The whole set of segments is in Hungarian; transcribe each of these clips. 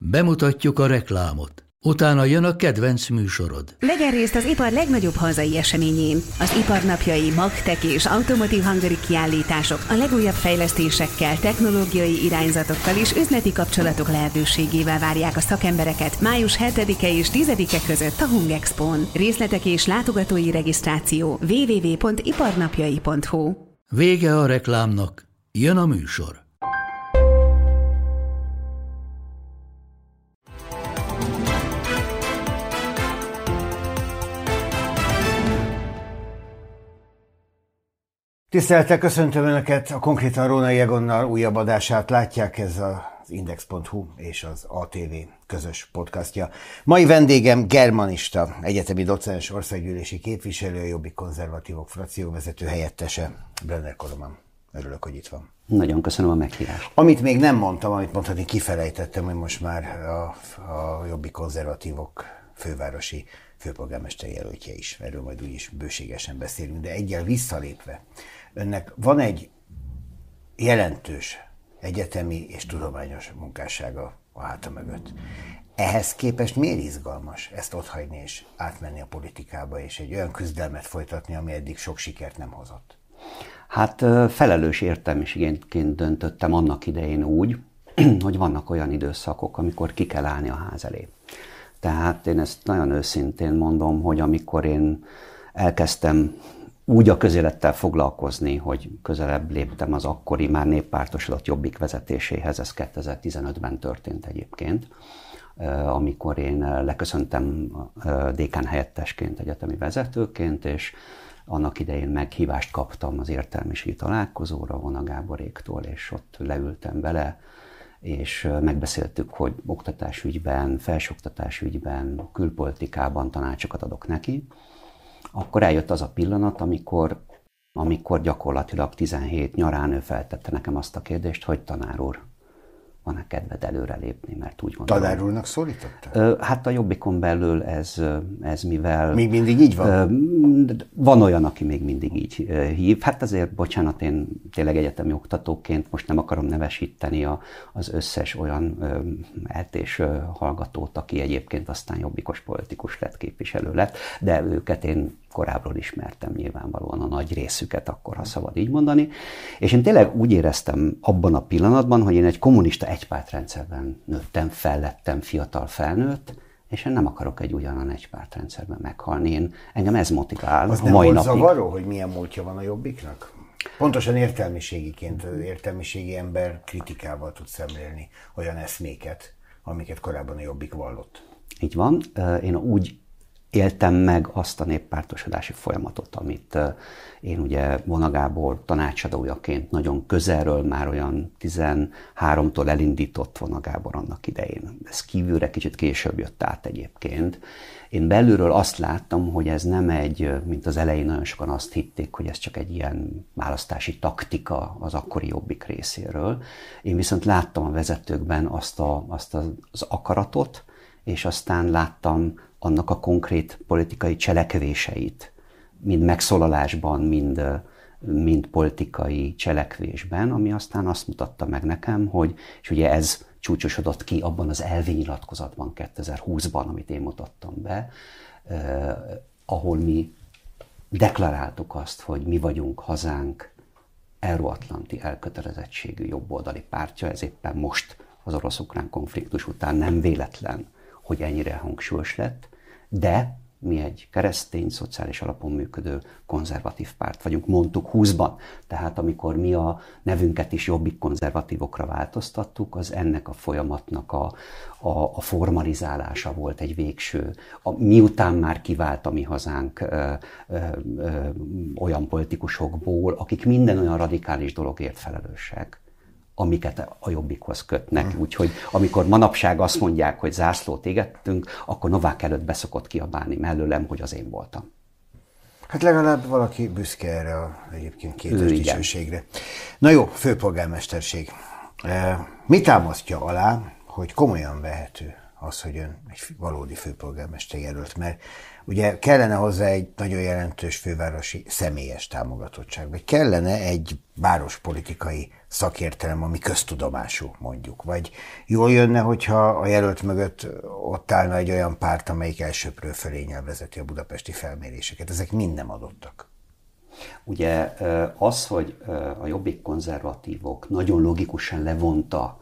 Bemutatjuk a reklámot. Utána jön a kedvenc műsorod. Vegyen részt az ipar legnagyobb hazai eseményén. Az iparnapjai, magtek és Automotive Hungary kiállítások a legújabb fejlesztésekkel, technológiai irányzatokkal és üzleti kapcsolatok lehetőségével várják a szakembereket május 7-e és 10-e között a Hungexpón. Részletek és látogatói regisztráció www.iparnapjai.hu. Vége a reklámnak, jön a műsor. Tisztelettel köszöntöm Önöket, a konkrétan Rónai Egonnal újabb adását látják, ez az Index.hu és az ATV közös podcastja. Mai vendégem germanista, egyetemi docens, országgyűlési képviselő, a Jobbik Konzervatívok frakcióvezető helyettese, Brenner Koloman. Örülök, hogy itt van. Nagyon köszönöm a meghívást. Amit még nem mondtam, amit mondhatni kifelejtettem, hogy most már a Jobbik Konzervatívok fővárosi főpolgármester jelöltje is. Erről majd úgyis bőségesen beszélünk, de egyel visszalépve. Önnek van egy jelentős egyetemi és tudományos munkássága a háta mögött. Ehhez képest miért izgalmas ezt otthagyni és átmenni a politikába, és egy olyan küzdelmet folytatni, ami eddig sok sikert nem hozott? Hát felelős értelmiségként döntöttem annak idején úgy, hogy vannak olyan időszakok, amikor ki kell állni a ház elé. Tehát én ezt nagyon őszintén mondom, hogy amikor én elkezdtem úgy a közélettel foglalkozni, hogy közelebb léptem az akkori már néppártosodott Jobbik vezetéséhez, ez 2015-ben történt egyébként, amikor én leköszöntem dékán helyettesként, egyetemi vezetőként, és annak idején meghívást kaptam az értelmiségi találkozóra Vona Gáboréktól, és ott leültem vele, és megbeszéltük, hogy oktatásügyben, felsőoktatásügyben, külpolitikában tanácsokat adok neki. Akkor eljött az a pillanat, amikor gyakorlatilag 17 nyarán ő feltette nekem azt a kérdést, hogy tanár úr, van-e kedved előrelépni, mert úgy gondolom. Tanár úrnak szólította? Hát a Jobbikon belül ez mivel... Még mindig így van? Van olyan, aki még mindig így hív. Hát azért, bocsánat, én tényleg egyetemi oktatóként most nem akarom nevesíteni az összes olyan eltés hallgatót, aki egyébként aztán jobbikos politikus lett, képviselő lett, de őket én korábbról ismertem nyilvánvalóan a nagy részüket, akkor, ha szabad így mondani. És én tényleg úgy éreztem abban a pillanatban, hogy én egy kommunista egypártrendszerben nőttem fel, lettem fiatal felnőtt, és én nem akarok egy ugyanan egypártrendszerben meghalni. Engem ez motivál az a mai napig. Az nem volt zavaró, hogy milyen múltja van a Jobbiknak? Pontosan értelmiségiként, az értelmiségi ember kritikával tud szemlélni olyan eszméket, amiket korábban a Jobbik vallott. Így van. Én úgy éltem meg azt a néppártosodási folyamatot, amit én ugye Vona Gábor tanácsadójaként nagyon közelről már olyan 13-tól elindított Vona Gábor annak idején. Ez kívülre kicsit később jött át egyébként. Én belülről azt láttam, hogy ez nem mint az elején nagyon sokan azt hitték, hogy ez csak egy ilyen választási taktika az akkori Jobbik részéről. Én viszont láttam a vezetőkben azt az akaratot, és aztán láttam annak a konkrét politikai cselekvéseit, mind megszólalásban, mind politikai cselekvésben, ami aztán azt mutatta meg nekem, és ugye ez csúcsosodott ki abban az elvinyilatkozatban 2020-ban, amit én mutattam be, ahol mi deklaráltuk azt, hogy mi vagyunk hazánk euróatlanti elkötelezettségű jobboldali pártja, ez éppen most az orosz-ukrán konfliktus után nem véletlen, hogy ennyire hangsúlyos lett, de mi egy keresztény, szociális alapon működő konzervatív párt vagyunk, mondtuk 20-ban. Tehát amikor mi a nevünket is Jobbik konzervatívokra változtattuk, az ennek a folyamatnak a formalizálása volt egy végső. Miután már kivált a mi hazánk olyan politikusokból, akik minden olyan radikális dologért felelősek, amiket a Jobbikhoz kötnek. Úgyhogy amikor manapság azt mondják, hogy zászlót égettünk, akkor Novák előtt beszokott kiabálni mellőlem, hogy az én voltam. Hát legalább valaki büszke erre egyébként kétes dicsőségre. Na jó, főpolgármesterség. Mi támasztja alá, hogy komolyan vehető az, hogy ön egy valódi főpolgármester jelölt, mert ugye kellene hozzá egy nagyon jelentős fővárosi személyes támogatottság, vagy kellene egy várospolitikai szakértelem, ami köztudomású, mondjuk, vagy jól jönne, hogyha a jelölt mögött ott állna egy olyan párt, amelyik elsőprő fölényel vezeti a budapesti felméréseket. Ezek mind nem adottak. Ugye az, hogy a Jobbik konzervatívok nagyon logikusan levonta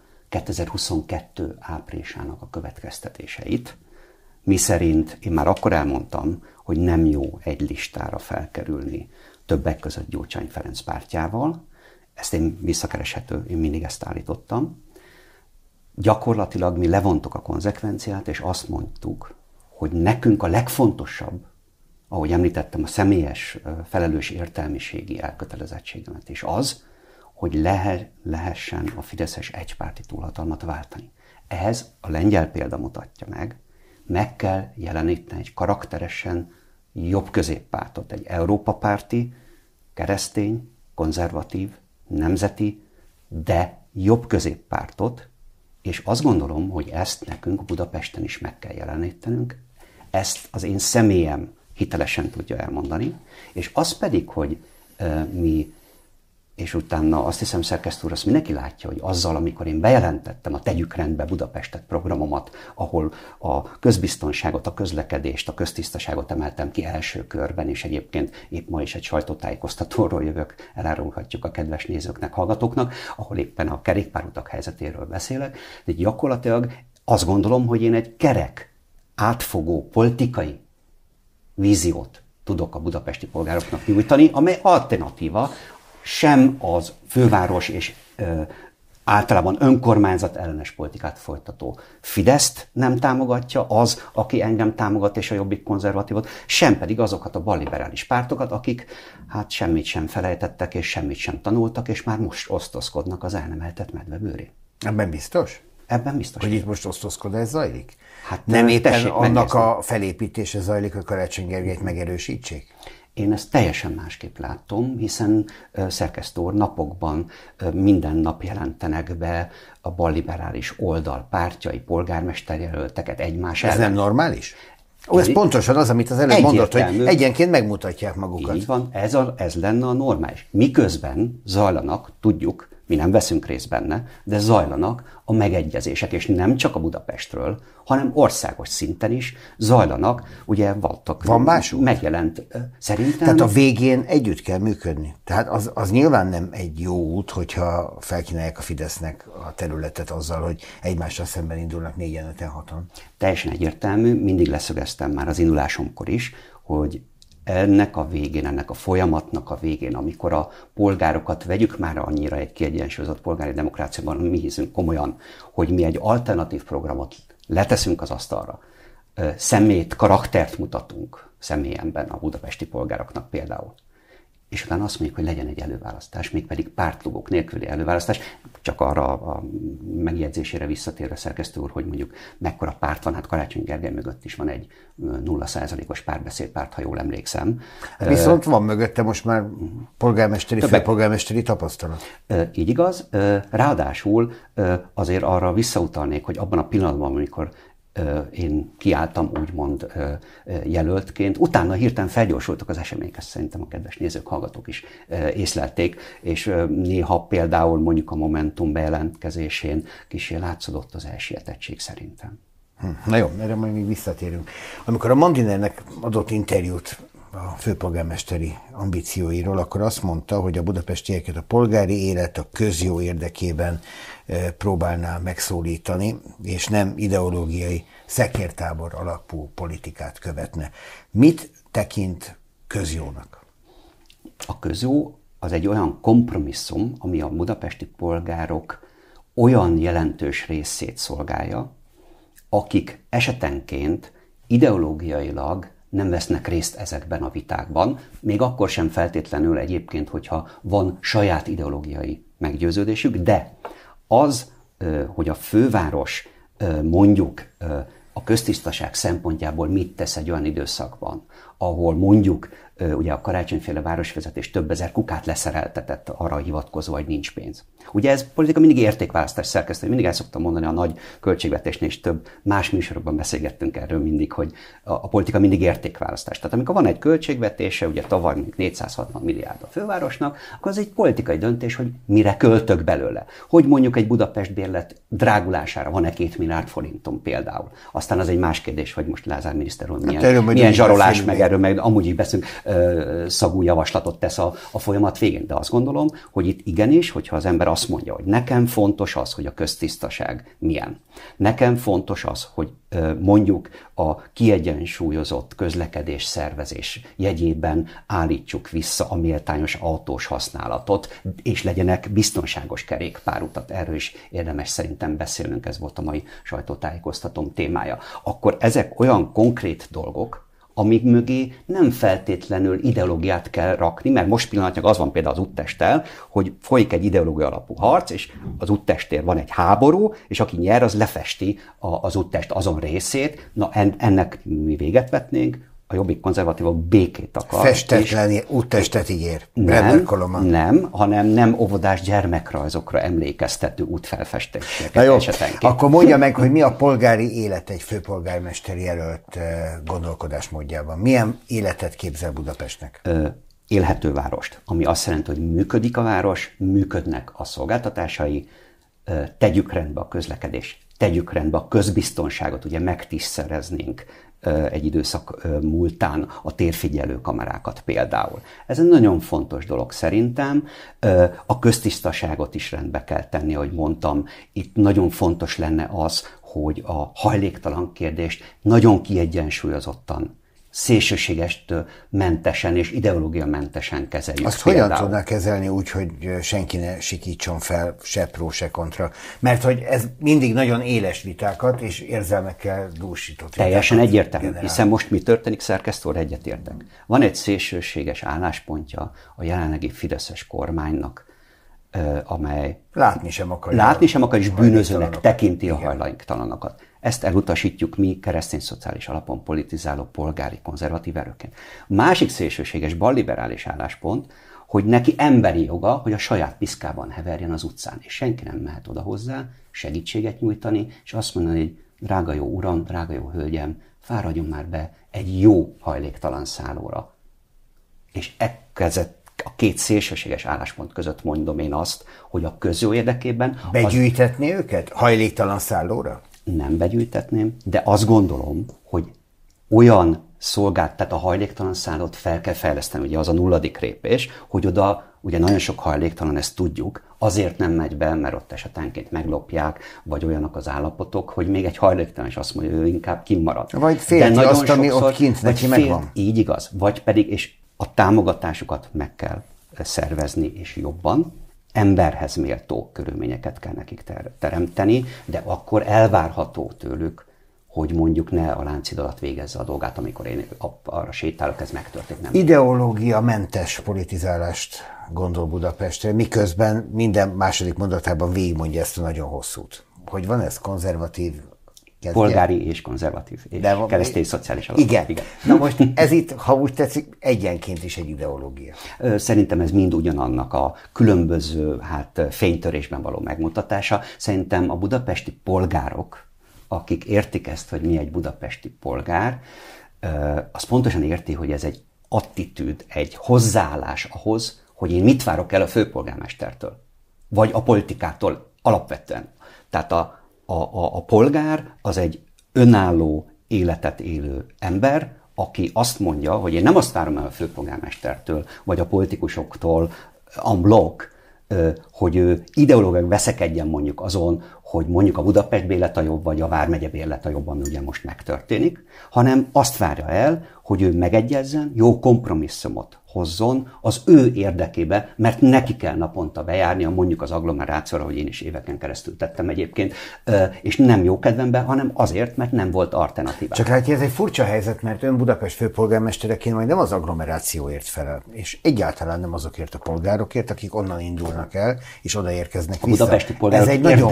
2022 áprilisának a következtetéseit, miszerint én már akkor elmondtam, hogy nem jó egy listára felkerülni többek között Gyurcsány Ferenc pártjával. Ezt én visszakereshető, én mindig ezt állítottam. Gyakorlatilag mi levontuk a konzekvenciát, és azt mondtuk, hogy nekünk a legfontosabb, ahogy említettem, a személyes felelős értelmiségi elkötelezettségemet is az, hogy lehessen a fideszes egypárti túlhatalmat váltani. Ehhez a lengyel példa mutatja meg kell jeleníteni egy karakteresen jobb középpártot, egy Európa párti, keresztény, konzervatív, nemzeti, de jobb középpártot, és azt gondolom, hogy ezt nekünk Budapesten is meg kell jelenítenünk, ezt az én személyem hitelesen tudja elmondani, és az pedig, hogy mi, és utána azt hiszem, szerkesztő úr, azt mindenki látja, hogy azzal, amikor én bejelentettem a Tegyük rendbe Budapestet programomat, ahol a közbiztonságot, a közlekedést, a köztisztaságot emeltem ki első körben, és egyébként épp ma is egy sajtótájékoztatóról jövök, elárulhatjuk a kedves nézőknek, hallgatóknak, ahol éppen a kerékpárutak helyzetéről beszélek, de gyakorlatilag azt gondolom, hogy én egy kerek, átfogó politikai víziót tudok a budapesti polgároknak nyújtani, amely alternatíva sem az főváros és általában önkormányzat ellenes politikát folytató Fideszt nem támogatja, az, aki engem támogat és a Jobbik konzervatívot, sem pedig azokat a balliberális pártokat, akik hát semmit sem felejtettek és semmit sem tanultak, és már most osztozkodnak az el nem eltett medve bőrén. Ebben biztos? Ebben biztos. Hogy itt most osztozkodás zajlik? Hát nem éppen annak megnézni. a felépítése zajlik, hogy Karácsony Gergelyt megerősítsék? Én ezt teljesen másképp látom, hiszen szerkesztő úr, napokban minden nap jelentenek be a balliberális oldal pártjai, polgármesterjelölteket egymás ellen. Ez nem normális? Ez pontosan az, amit az előbb mondott, hogy egyenként megmutatják magukat. Így van, ez lenne a normális. Miközben zajlanak, tudjuk, mi nem veszünk részt benne, de zajlanak a megegyezések, és nem csak a Budapestről, hanem országos szinten is zajlanak, ugye voltak. Van mások? Megjelent szerintem. Tehát a végén együtt kell működni. Tehát az nyilván nem egy jó út, hogyha felkínálják a Fidesznek a területet azzal, hogy egymással szemben indulnak 4-en, 5-en, 6-an. Teljesen egyértelmű, mindig leszögeztem már az indulásomkor is, hogy ennek a végén, ennek a folyamatnak a végén, amikor a polgárokat vegyük már annyira egy kiegyensúlyozott polgári demokráciában, mi hiszünk komolyan, hogy mi egy alternatív programot leteszünk az asztalra, szemét, karaktert mutatunk személyemben a budapesti polgároknak például. És utána azt mondjuk, hogy legyen egy előválasztás, mégpedig pártlogók nélküli előválasztás. Csak arra a megjegyzésére visszatérve, szerkesztő úr, hogy mondjuk mekkora párt van, hát Karácsony Gergely mögött is van egy 0%-os párbeszédpárt, ha jól emlékszem. Viszont van mögötte most már polgármesteri, főpolgármesteri tapasztalat. Így igaz. Ráadásul azért arra visszautalnék, hogy abban a pillanatban, amikor én kiálltam úgymond jelöltként. Utána hirtelen felgyorsultak az események, ezt szerintem a kedves nézők, hallgatók is észlelték, és néha például mondjuk a Momentum bejelentkezésén kissé látszódott az elsietettség szerintem. Na jó, erre majd még visszatérünk. Amikor a Mandinernek adott interjút a főpolgármesteri ambícióiról, akkor azt mondta, hogy a budapestieket a polgári élet a közjó érdekében próbálná megszólítani, és nem ideológiai szekértábor alapú politikát követne. Mit tekint közjónak? A közjó az egy olyan kompromisszum, ami a budapesti polgárok olyan jelentős részét szolgálja, akik esetenként ideológiailag nem vesznek részt ezekben a vitákban, még akkor sem feltétlenül egyébként, hogyha van saját ideológiai meggyőződésük, de az, hogy a főváros mondjuk a köztisztaság szempontjából mit tesz egy olyan időszakban, ahol mondjuk ugye a Karácsonyféle városvezetés több ezer kukát leszereltetett arra hivatkozva, hogy nincs pénz. Ugye ez politika mindig értékválasztás szerkesztő, mindig el szoktam mondani a nagy költségvetésnél, és több más műsorokban beszélgettünk erről mindig, hogy a politika mindig értékválasztás. Tehát amikor van egy költségvetése, ugye tavaly még 460 milliárd a fővárosnak, akkor az egy politikai döntés, hogy mire költök belőle. Hogy mondjuk egy Budapest bérlet drágulására van-e 2 milliárd forintom például. Aztán az egy más kérdés, hogy most Lázár miniszter úr milyen zsarolás, meg erről meg amúgy is beszélünk, szagú javaslatot tesz a folyamat végén. De azt gondolom, hogy itt igenis, hogyha az ember azt mondja, hogy nekem fontos az, hogy a köztisztaság milyen. Nekem fontos az, hogy mondjuk a kiegyensúlyozott közlekedés szervezés jegyében állítsuk vissza a méltányos autós használatot, és legyenek biztonságos kerékpárutak. Erről is érdemes szerintem beszélnünk, ez volt a mai sajtótájékoztatóm témája. Akkor ezek olyan konkrét dolgok, amik mögé nem feltétlenül ideológiát kell rakni, mert most pillanatnyilag az van például az úttesttel, hogy folyik egy ideológia alapú harc, és az úttesttér van egy háború, és aki nyer, az lefesti az úttest azon részét. Na ennek mi véget vetnénk, a Jobbik konzervatívok békét akar. Festetlen úttestet ígér. Nem, hanem nem óvodás gyermekrajzokra emlékeztető útfelfestéseket. Na jó, esetenként. akkor mondja meg, hogy mi a polgári élet egy főpolgármester jelölt gondolkodásmódjában. Milyen életet képzel Budapestnek? Élhető várost, ami azt jelenti, hogy működik a város, működnek a szolgáltatásai, tegyük rendbe a közlekedést, tegyük rendbe a közbiztonságot, ugye megtízszereznénk egy időszak múltán a térfigyelő kamerákat például. Ez egy nagyon fontos dolog szerintem. A köztisztaságot is rendbe kell tenni, ahogy mondtam. Itt nagyon fontos lenne az, hogy a hajléktalan kérdést nagyon kiegyensúlyozottan, szélsőségestől mentesen és ideológiamentesen kezeljük. Azt például hogyan tudná kezelni úgy, hogy senki ne sikítson fel se pró, se kontra? Mert hogy ez mindig nagyon éles vitákat és érzelmekkel dúsított. Teljesen egyértelmű, hiszen most mi történik, szerkesztő úr, egyetértek. Van egy szélsőséges álláspontja a jelenlegi fideszes kormánynak, amely látni sem akar, és bűnözőnek tekinti a hajléktalanokat. Ezt elutasítjuk mi keresztény-szociális alapon politizáló polgári konzervatív erőként. Másik szélsőséges balliberális álláspont, hogy neki emberi joga, hogy a saját piszkában heverjen az utcán, és senki nem mehet oda hozzá segítséget nyújtani, és azt mondani, hogy drága jó uram, drága jó hölgyem, fáradjon már be egy jó hajléktalan szállóra. És a két szélsőséges álláspont között mondom én azt, hogy a közjó érdekében... Begyűjtetni őket hajléktalan szállóra? Nem begyűjtetném, de azt gondolom, hogy olyan tehát a hajléktalan szállót fel kell fejleszteni, ugye az a 0. lépés, hogy oda, ugye nagyon sok hajléktalan, ezt tudjuk, azért nem megy be, mert ott esetenként meglopják, vagy olyanok az állapotok, hogy még egy hajléktalan is azt mondja, ő inkább kimarad. Vagy félti azt, ami ott kint neki megvan. Így igaz. Vagy pedig, és a támogatásukat meg kell szervezni, és jobban, emberhez méltó körülményeket kell nekik teremteni, de akkor elvárható tőlük, hogy mondjuk ne a Láncid alatt végezze a dolgát, amikor én arra sétálok, ez megtörténik. Ideológiamentes politizálást gondol Budapestre, miközben minden második mondatában végigmondja ezt a nagyon hosszút. Hogy van ez konzervatív? Polgári és konzervatív, és keresztény szociális alapú. Igen. Na most ez itt, ha úgy tetszik, egyenként is egy ideológia. Szerintem ez mind ugyanannak a különböző fénytörésben való megmutatása. Szerintem a budapesti polgárok, akik értik ezt, hogy mi egy budapesti polgár, az pontosan érti, hogy ez egy attitűd, egy hozzáállás ahhoz, hogy én mit várok el a főpolgármestertől, vagy a politikától alapvetően. Tehát a polgár az egy önálló életet élő ember, aki azt mondja, hogy én nem azt várom el a főpolgármestertől, vagy a politikusoktól en bloc, hogy ő ideológiailag veszekedjen mondjuk azon, hogy mondjuk a Budapest bérlet a jobb, vagy a Vármegye bérlet a jobb, ami ugye most megtörténik, hanem azt várja el, hogy ő megegyezzen, jó kompromisszumot hozzon az ő érdekébe, mert neki kell naponta bejárnia mondjuk az agglomerációra, hogy én is éveken keresztül tettem egyébként, és nem jó kedvemben, hanem azért, mert nem volt alternatívá. Csak látja, ez egy furcsa helyzet, mert ön Budapest főpolgármestereként majd nem az agglomerációért felel, és egyáltalán nem azokért a polgárokért, akik onnan indulnak el, és odaérkeznek vissza. Budapesti polgárok ez egy nagyon furcsa helyzet.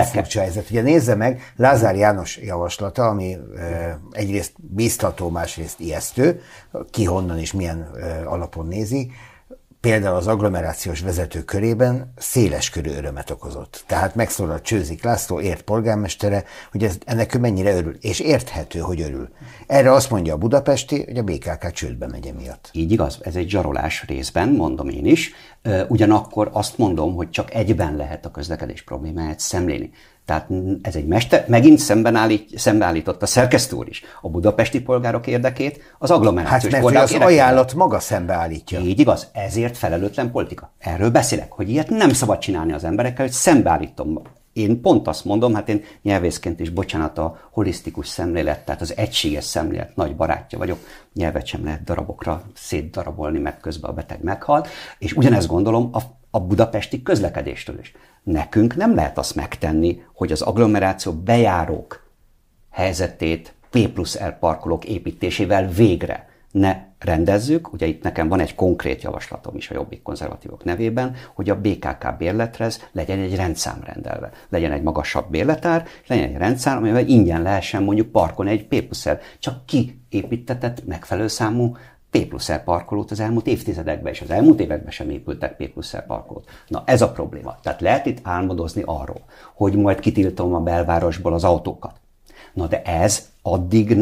helyzet. Ugye nézze meg Lázár János javaslata, ami egyrészt bíztató, másrészt ijesztő, ki honnan és milyen alapon nézi. Például az agglomerációs vezetők körében széleskörű örömet okozott. Tehát megszólalt Csőzik László, ért polgármestere, hogy ennek ő mennyire örül, és érthető, hogy örül. Erre azt mondja a budapesti, hogy a BKK csődbe megy emiatt. Így igaz, ez egy zsarolás részben, mondom én is. Ugyanakkor azt mondom, hogy csak egyben lehet a közlekedés problémáját szemlélni. Tehát ez egy megint szembeállított a szerkesztő úr is a budapesti polgárok érdekét, az agglomerációs polgárok érdekét. Hát mert az ajánlat maga szembeállítja. Így igaz, ezért felelőtlen politika. Erről beszélek, hogy ilyet nem szabad csinálni az emberekkel, hogy szembeállítom. Én pont azt mondom, hát én nyelvészként is, bocsánat, a holisztikus szemlélet, tehát az egységes szemlélet nagy barátja vagyok. Nyelvet sem lehet darabokra szétdarabolni, mert közben a beteg meghal. És ugyanezt gondolom a budapesti közlekedéstől is. Nekünk nem lehet azt megtenni, hogy az agglomeráció bejárók helyzetét P+R parkolók építésével végre ne rendezzük. Ugye itt nekem van egy konkrét javaslatom is a Jobbik konzervatívok nevében, hogy a BKK bérletrez legyen egy rendszám rendelve. Legyen egy magasabb bérletár, legyen egy rendszám, amivel ingyen lehessen mondjuk parkolni egy P+R. Csak kiépítetett megfelelő számú P+R parkolót az elmúlt évtizedekben, és az elmúlt években sem épültek P+R parkolót. Na ez a probléma. Tehát lehet itt álmodozni arról, hogy majd kitiltom a belvárosból az autókat. Na de ez addig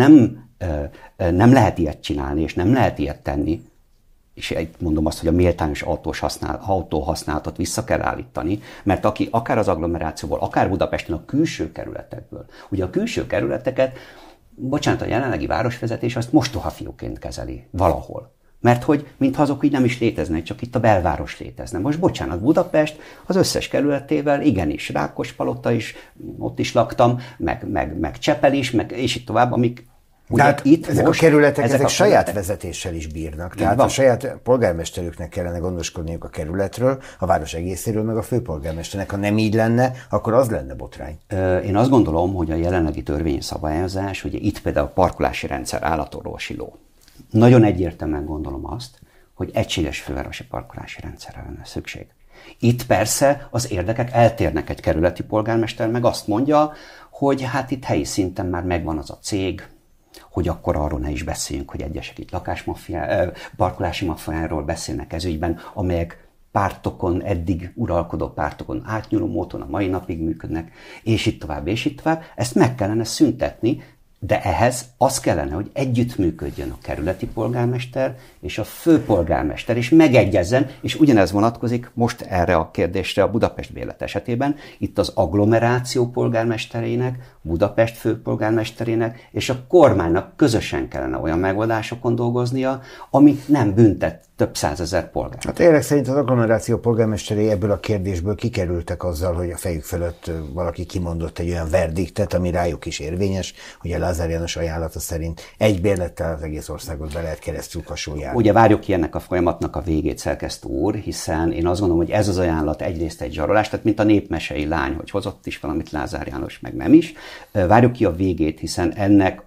nem lehet ilyet csinálni, és nem lehet ilyet tenni, és itt mondom azt, hogy a méltányos autóhasználatot vissza kell állítani, mert aki akár az agglomerációból, akár Budapesten a külső kerületekből, ugye a külső kerületeket, bocsánat, a jelenlegi városvezetés azt mostohafiúként kezeli valahol. Mert hogy mintha azok így nem is léteznek, csak itt a belváros létezne. Most bocsánat, Budapest az összes kerületével, igenis, Rákospalota is, ott is laktam, meg Csepel is, és itt tovább, amik ugye hát itt ezek most, a kerületek ezek saját vezetéssel is bírnak. Tehát a saját polgármesterüknek kellene gondoskodniuk a kerületről, a város egészéről, meg a főpolgármesternek. Ha nem így lenne, akkor az lenne botrány. Én azt gondolom, hogy a jelenlegi törvényi szabályozás, ugye itt például a parkolási rendszer állatorvosi ló. Nagyon egyértelműen gondolom azt, hogy egységes fővárosi parkolási rendszerre lenne szükség. Itt persze az érdekek eltérnek, egy kerületi polgármester meg azt mondja, hogy hát itt helyi szinten már megvan az a cég, hogy akkor arról ne is beszéljünk, hogy egyesek itt parkolási maffiáról beszélnek ez ügyben, amelyek pártokon, eddig uralkodó pártokon átnyúló módon a mai napig működnek, és itt tovább, és itt tovább. Ezt meg kellene szüntetni, de ehhez az kellene, hogy együttműködjön a kerületi polgármester és a főpolgármester, és megegyezzen, és ugyanez vonatkozik most erre a kérdésre a Budapest bérlet esetében. Itt az agglomeráció polgármesterének, Budapest főpolgármesterének és a kormánynak közösen kellene olyan megoldásokon dolgoznia, amit nem büntet több százezer polgár. Hát érek szerint az agglomeráció polgármesterei ebből a kérdésből kikerültek azzal, hogy a fejük fölött valaki kimondott egy olyan verdiktet, ami rájuk is érvényes, hogy a Lázár János ajánlata szerint egy bérlettel az egész országot be lehet keresztül kasulni. Ugye várjuk ki ennek a folyamatnak a végét, szerkesztő úr, hiszen én azt gondolom, hogy ez az ajánlat egyrészt egy zsarolás, tehát mint a népmesei lány, hogy hozott is valamit Lázár János, meg nem is. Várjuk ki a végét, hiszen ennek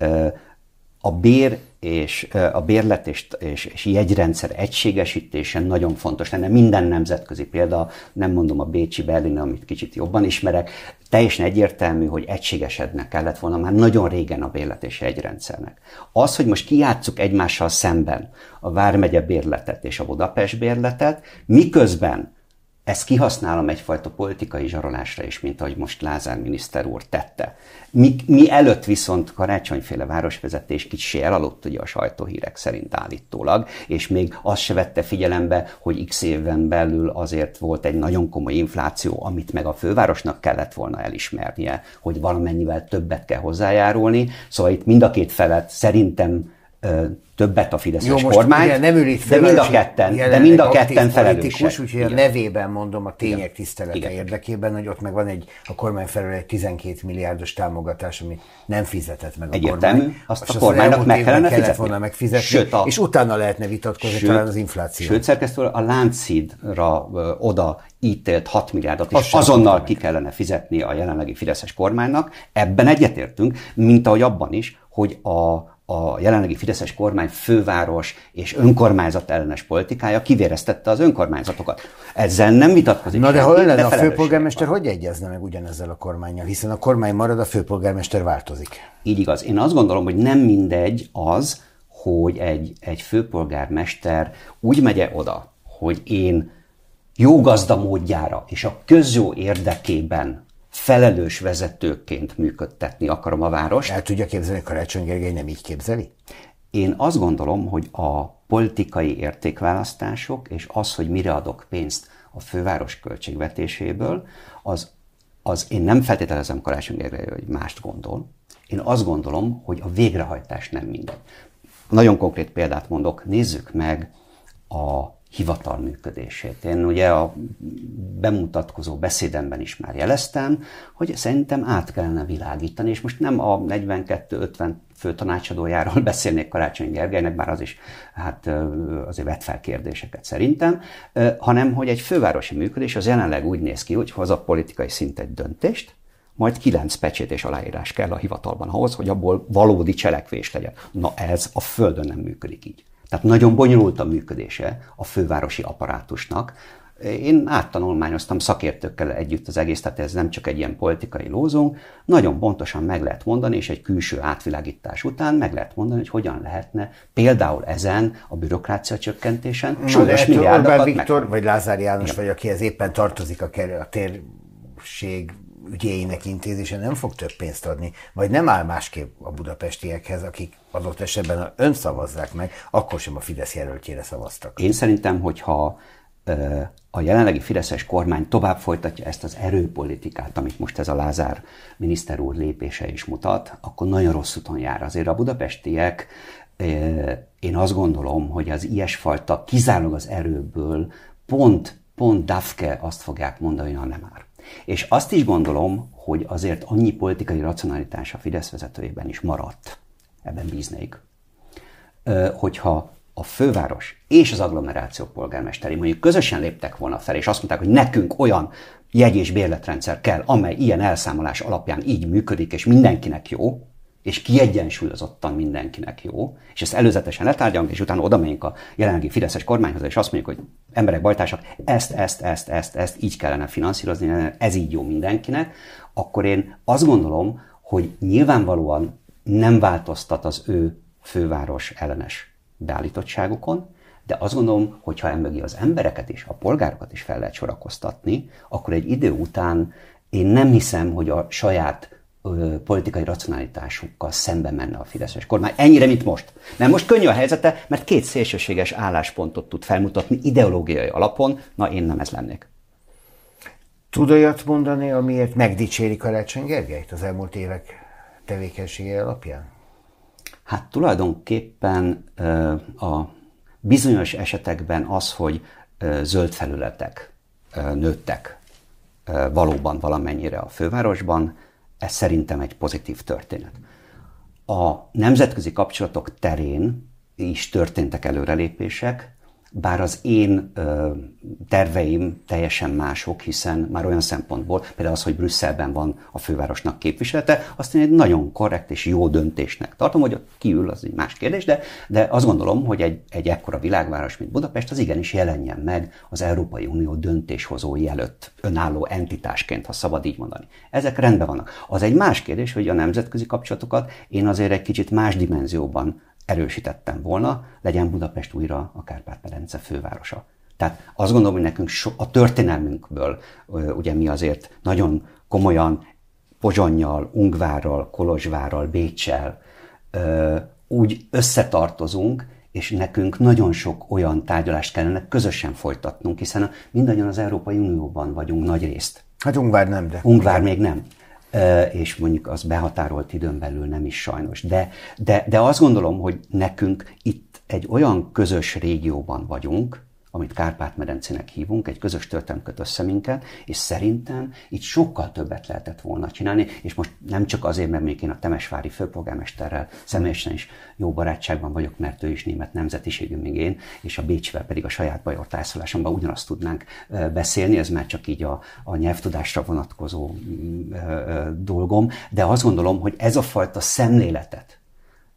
a bérlet és jegyrendszer egységesítése nagyon fontos lenne. Minden nemzetközi példa, nem mondom a bécsi Berlin, amit kicsit jobban ismerek, teljesen egyértelmű, hogy egységesednek kellett volna már nagyon régen a bérlet és jegyrendszernek. Az, hogy most kijátsszuk egymással szemben a Vármegye bérletet és a Budapest bérletet, miközben ezt kihasználom egyfajta politikai zsarolásra is, mint ahogy most Lázár miniszter úr tette. Mi előtt viszont karácsonyféle városvezetés kicsi elaludt ugye a sajtóhírek szerint állítólag, és még azt se vette figyelembe, hogy x éven belül azért volt egy nagyon komoly infláció, amit meg a fővárosnak kellett volna elismernie, hogy valamennyivel többet kell hozzájárulni. Szóval itt mind a két felet szerintem többet a fideszes kormány, nem de mind a ketten felelősek. Úgyhogy a nevében mondom a tények tisztelete érdekében, hogy ott meg van a kormány felől egy 12 milliárdos támogatás, amit nem fizetett meg a kormány. Azt a kormánynak meg kellett volna megfizetni, és utána lehetne vitatkozni talán az infláció. Sőt, szerkesztő, a Lánchídra oda ítélt 6 milliárdot is azonnal ki kellene fizetni a jelenlegi fideszes kormánynak. Ebben egyetértünk, mint ahogy abban is, hogy a a jelenlegi fideszes kormány főváros és önkormányzat ellenes politikája kivéreztette az önkormányzatokat. Ezzel nem vitatkozik. Na de ha lenne a főpolgármester, hogy egyezne meg ugyanezzel a kormánnyal? Hiszen a kormány marad, a főpolgármester változik. Így igaz. Én azt gondolom, hogy nem mindegy az, hogy egy főpolgármester úgy megye oda, hogy én jó gazda módjára és a közjó érdekében felelős vezetőként működtetni akarom a várost. El tudja képzelni, hogy Karácsony Gergely nem így képzeli? Én azt gondolom, hogy a politikai értékválasztások és az, hogy mire adok pénzt a főváros költségvetéséből, az én nem feltételezem Karácsony Gergelyről, hogy mást gondol. Én azt gondolom, hogy a végrehajtás nem mindegy. Nagyon konkrét példát mondok, nézzük meg a hivatal működését. Én ugye a bemutatkozó beszédemben is már jeleztem, hogy szerintem át kellene világítani, és most nem a 42-50 fő tanácsadójáról beszélnék Karácsony Gergelynek, bár az is azért vet fel kérdéseket szerintem, hanem hogy egy fővárosi működés az jelenleg úgy néz ki, hogy hoz a politikai szint egy döntést, majd 9 pecsét és aláírás kell a hivatalban ahhoz, hogy abból valódi cselekvés legyen. Na ez a Földön nem működik így. Tehát nagyon bonyolult a működése a fővárosi apparátusnak. Én áttanulmányoztam szakértőkkel együtt az egész, tehát ez nem csak egy ilyen politikai lózunk. Nagyon pontosan meg lehet mondani, és egy külső átvilágítás után meg lehet mondani, hogy hogyan lehetne például ezen a bürokrácia csökkentésen súlyos milliárdokat Orbán Viktor, vagy Lázár János, vagy akihez éppen tartozik a térség ügyeinek intézése nem fog több pénzt adni, vagy nem áll másképp a budapestiekhez, akik adott esetben ön szavazzák meg, akkor sem a Fidesz jelöltjére szavaztak. Én szerintem, hogyha a jelenlegi fideszes kormány tovább folytatja ezt az erőpolitikát, amit most ez a Lázár miniszter úr lépése is mutat, akkor nagyon rossz úton jár. Azért a budapestiek, én azt gondolom, hogy az ilyesfajta kizárólag az erőből pont Dafke azt fogják mondani, ha nem áll. És azt is gondolom, hogy azért annyi politikai racionalitás a Fidesz vezetőjében is maradt, ebben bíznék, hogyha a főváros és az agglomeráció polgármesteri mondjuk közösen léptek volna fel, és azt mondták, hogy nekünk olyan jegy- és bérletrendszer kell, amely ilyen elszámolás alapján így működik, és mindenkinek jó, és kiegyensúlyozottan mindenkinek jó, és ezt előzetesen letárgyalunk, és utána odamegyünk a jelenlegi fideszes kormányhoz, és azt mondjuk, hogy emberek, bajtársak, ezt így kellene finanszírozni, ez így jó mindenkinek, akkor én azt gondolom, hogy nyilvánvalóan nem változtat az ő főváros ellenes beállítottságukon, de azt gondolom, hogy ha emögé az embereket is, a polgárokat is fel lehet sorakoztatni, akkor egy idő után én nem hiszem, hogy a saját politikai racionalitásukkal szembe menne a fideszes kormány. Ennyire, mint most. Mert most könnyű a helyzete, mert két szélsőséges álláspontot tud felmutatni ideológiai alapon, na én nem ez lennék. Tud olyat mondani, amiért megdicséri Karácsony Gergelyt az elmúlt évek tevékenysége alapján? Hát tulajdonképpen a bizonyos esetekben az, hogy zöld felületek nőttek valóban valamennyire a fővárosban, ez szerintem egy pozitív történet. A nemzetközi kapcsolatok terén is történtek előrelépések, bár az én terveim teljesen mások, hiszen már olyan szempontból, például az, hogy Brüsszelben van a fővárosnak képviselete, azt én egy nagyon korrekt és jó döntésnek tartom, hogy ott kiül, az egy más kérdés, de azt gondolom, hogy egy ekkora világváros, mint Budapest, az igenis jelenjen meg az Európai Unió döntéshozói előtt, önálló entitásként, ha szabad így mondani. Ezek rendben vannak. Az egy más kérdés, hogy a nemzetközi kapcsolatokat én azért egy kicsit más dimenzióban erősítettem volna, legyen Budapest újra a Kárpát-medence fővárosa. Tehát azt gondolom, hogy nekünk a történelmünkből, ugye mi azért nagyon komolyan Pozsonnyal, Ungvárral, Kolozsvárral, Béccsel úgy összetartozunk, és nekünk nagyon sok olyan tárgyalást kellene közösen folytatnunk, hiszen mindannyian az Európai Unióban vagyunk nagy részt. Hát Ungvár nem, de... Ungvár még nem. És mondjuk az behatárolt időn belül nem is sajnos. De azt gondolom, hogy nekünk itt egy olyan közös régióban vagyunk, amit Kárpát-medencének hívunk, egy közös történelem köt össze minket, és szerintem itt sokkal többet lehetett volna csinálni, és most nem csak azért, mert még én a temesvári főpolgármesterrel személyesen is jó barátságban vagyok, mert ő is német nemzetiségű, még én, és a Bécsivel pedig a saját bajor tájszolásomban ugyanazt tudnánk beszélni, ez már csak így a nyelvtudásra vonatkozó dolgom, de azt gondolom, hogy ez a fajta szemléletet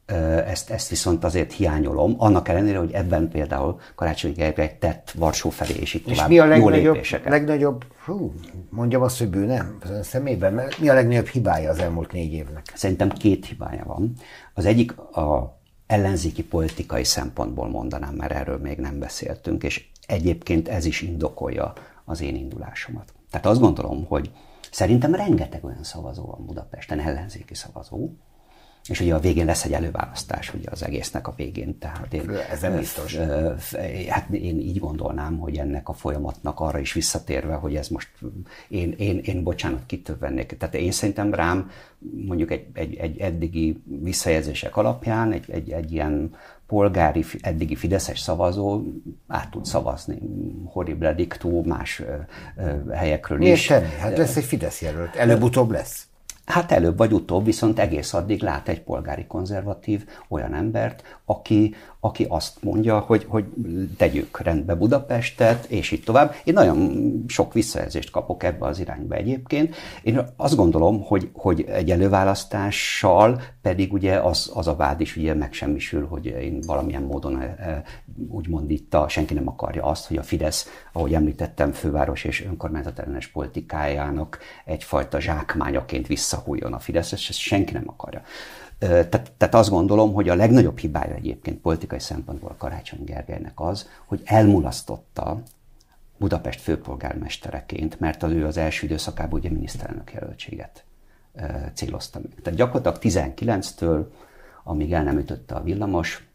Ezt viszont azért hiányolom, annak ellenére, hogy ebben például Karácsony Gergely tett Varsó felé, és itt tovább jó lépéseket. Legnagyobb, mondjam azt, hogy bűne az ön szemében, mert mi a legnagyobb hibája az elmúlt 4 évnek? Szerintem 2 hibája van. Az egyik a ellenzéki politikai szempontból mondanám, mert erről még nem beszéltünk, és egyébként ez is indokolja az én indulásomat. Tehát azt gondolom, hogy szerintem rengeteg olyan szavazó van Budapesten, ellenzéki szavazó, és ugye a végén lesz egy előválasztás ugye az egésznek a végén. Tehát ez nem biztos. Hát én így gondolnám, hogy ennek a folyamatnak arra is visszatérve, hogy ez most, én bocsánat, kitől vennék. Tehát én szerintem rám mondjuk egy eddigi visszajelzések alapján egy ilyen polgári, eddigi fideszes szavazó át tud szavazni horrible dictu más helyekről is. Miért tenni? Hát lesz egy Fidesz jelölt. Előbb-utóbb lesz. Hát előbb vagy utóbb, viszont egész addig lát egy polgári konzervatív olyan embert, aki azt mondja, hogy tegyük rendbe Budapestet, és így tovább. Én nagyon sok visszajelzést kapok ebbe az irányba egyébként. Én azt gondolom, hogy egy előválasztással pedig ugye az a vád is ugye megsemmisül, hogy én valamilyen módon úgymond itt senki nem akarja azt, hogy a Fidesz, ahogy említettem, főváros és önkormányzat ellenes politikájának egyfajta zsákmányaként visszahújjon a Fidesz, és ezt senki nem akarja. Tehát azt gondolom, hogy a legnagyobb hibája egyébként politikai szempontból a Karácsony Gergelynek az, hogy elmulasztotta Budapest főpolgármestereként, mert ő az első időszakában ugye miniszterelnök jelöltséget célozta meg. Tehát gyakorlatilag 19-től, amíg el nem ütötte a villamos,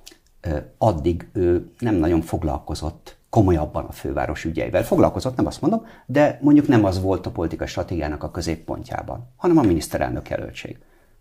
addig ő nem nagyon foglalkozott komolyabban a főváros ügyeivel. Foglalkozott, nem azt mondom, de mondjuk nem az volt a politikai stratégiának a középpontjában, hanem a miniszterelnök jelöltség.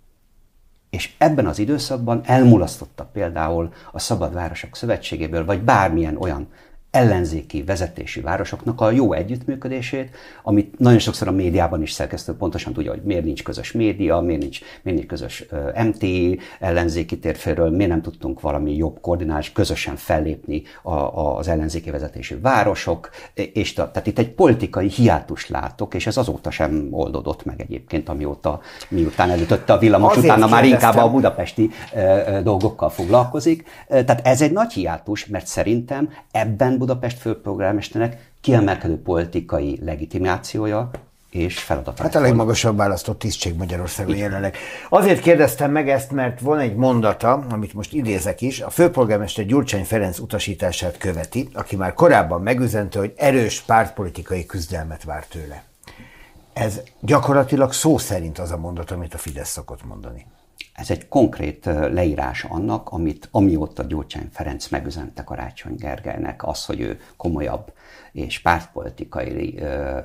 És ebben az időszakban elmulasztotta például a Szabad Városok Szövetségéből, vagy bármilyen olyan ellenzéki vezetési városoknak a jó együttműködését, amit nagyon sokszor a médiában is szerkesztő pontosan tudja, hogy miért nincs közös média, miért nincs közös MTI ellenzéki térféről, miért nem tudtunk valami jobb koordinálás, közösen fellépni az ellenzéki vezetési városok, és tehát itt egy politikai hiátust látok, és ez azóta sem oldódott meg egyébként, miután elütötte a villamos, utána már inkább a budapesti dolgokkal foglalkozik. Tehát ez egy nagy hiátus, mert szerintem ebben Budapest főpolgármesternek kiemelkedő politikai legitimációja és feladata. Hát a legmagasabb választott tisztség Magyarországon jelenleg. Azért kérdeztem meg ezt, mert van egy mondata, amit most idézek is, a főpolgármester Gyurcsány Ferenc utasítását követi, aki már korábban megüzente, hogy erős pártpolitikai küzdelmet vár tőle. Ez gyakorlatilag szó szerint az a mondat, amit a Fidesz szokott mondani. Ez egy konkrét leírás annak, amióta Gyurcsány Ferenc megüzente Karácsony Gergelynek, az, hogy ő komolyabb és pártpolitikai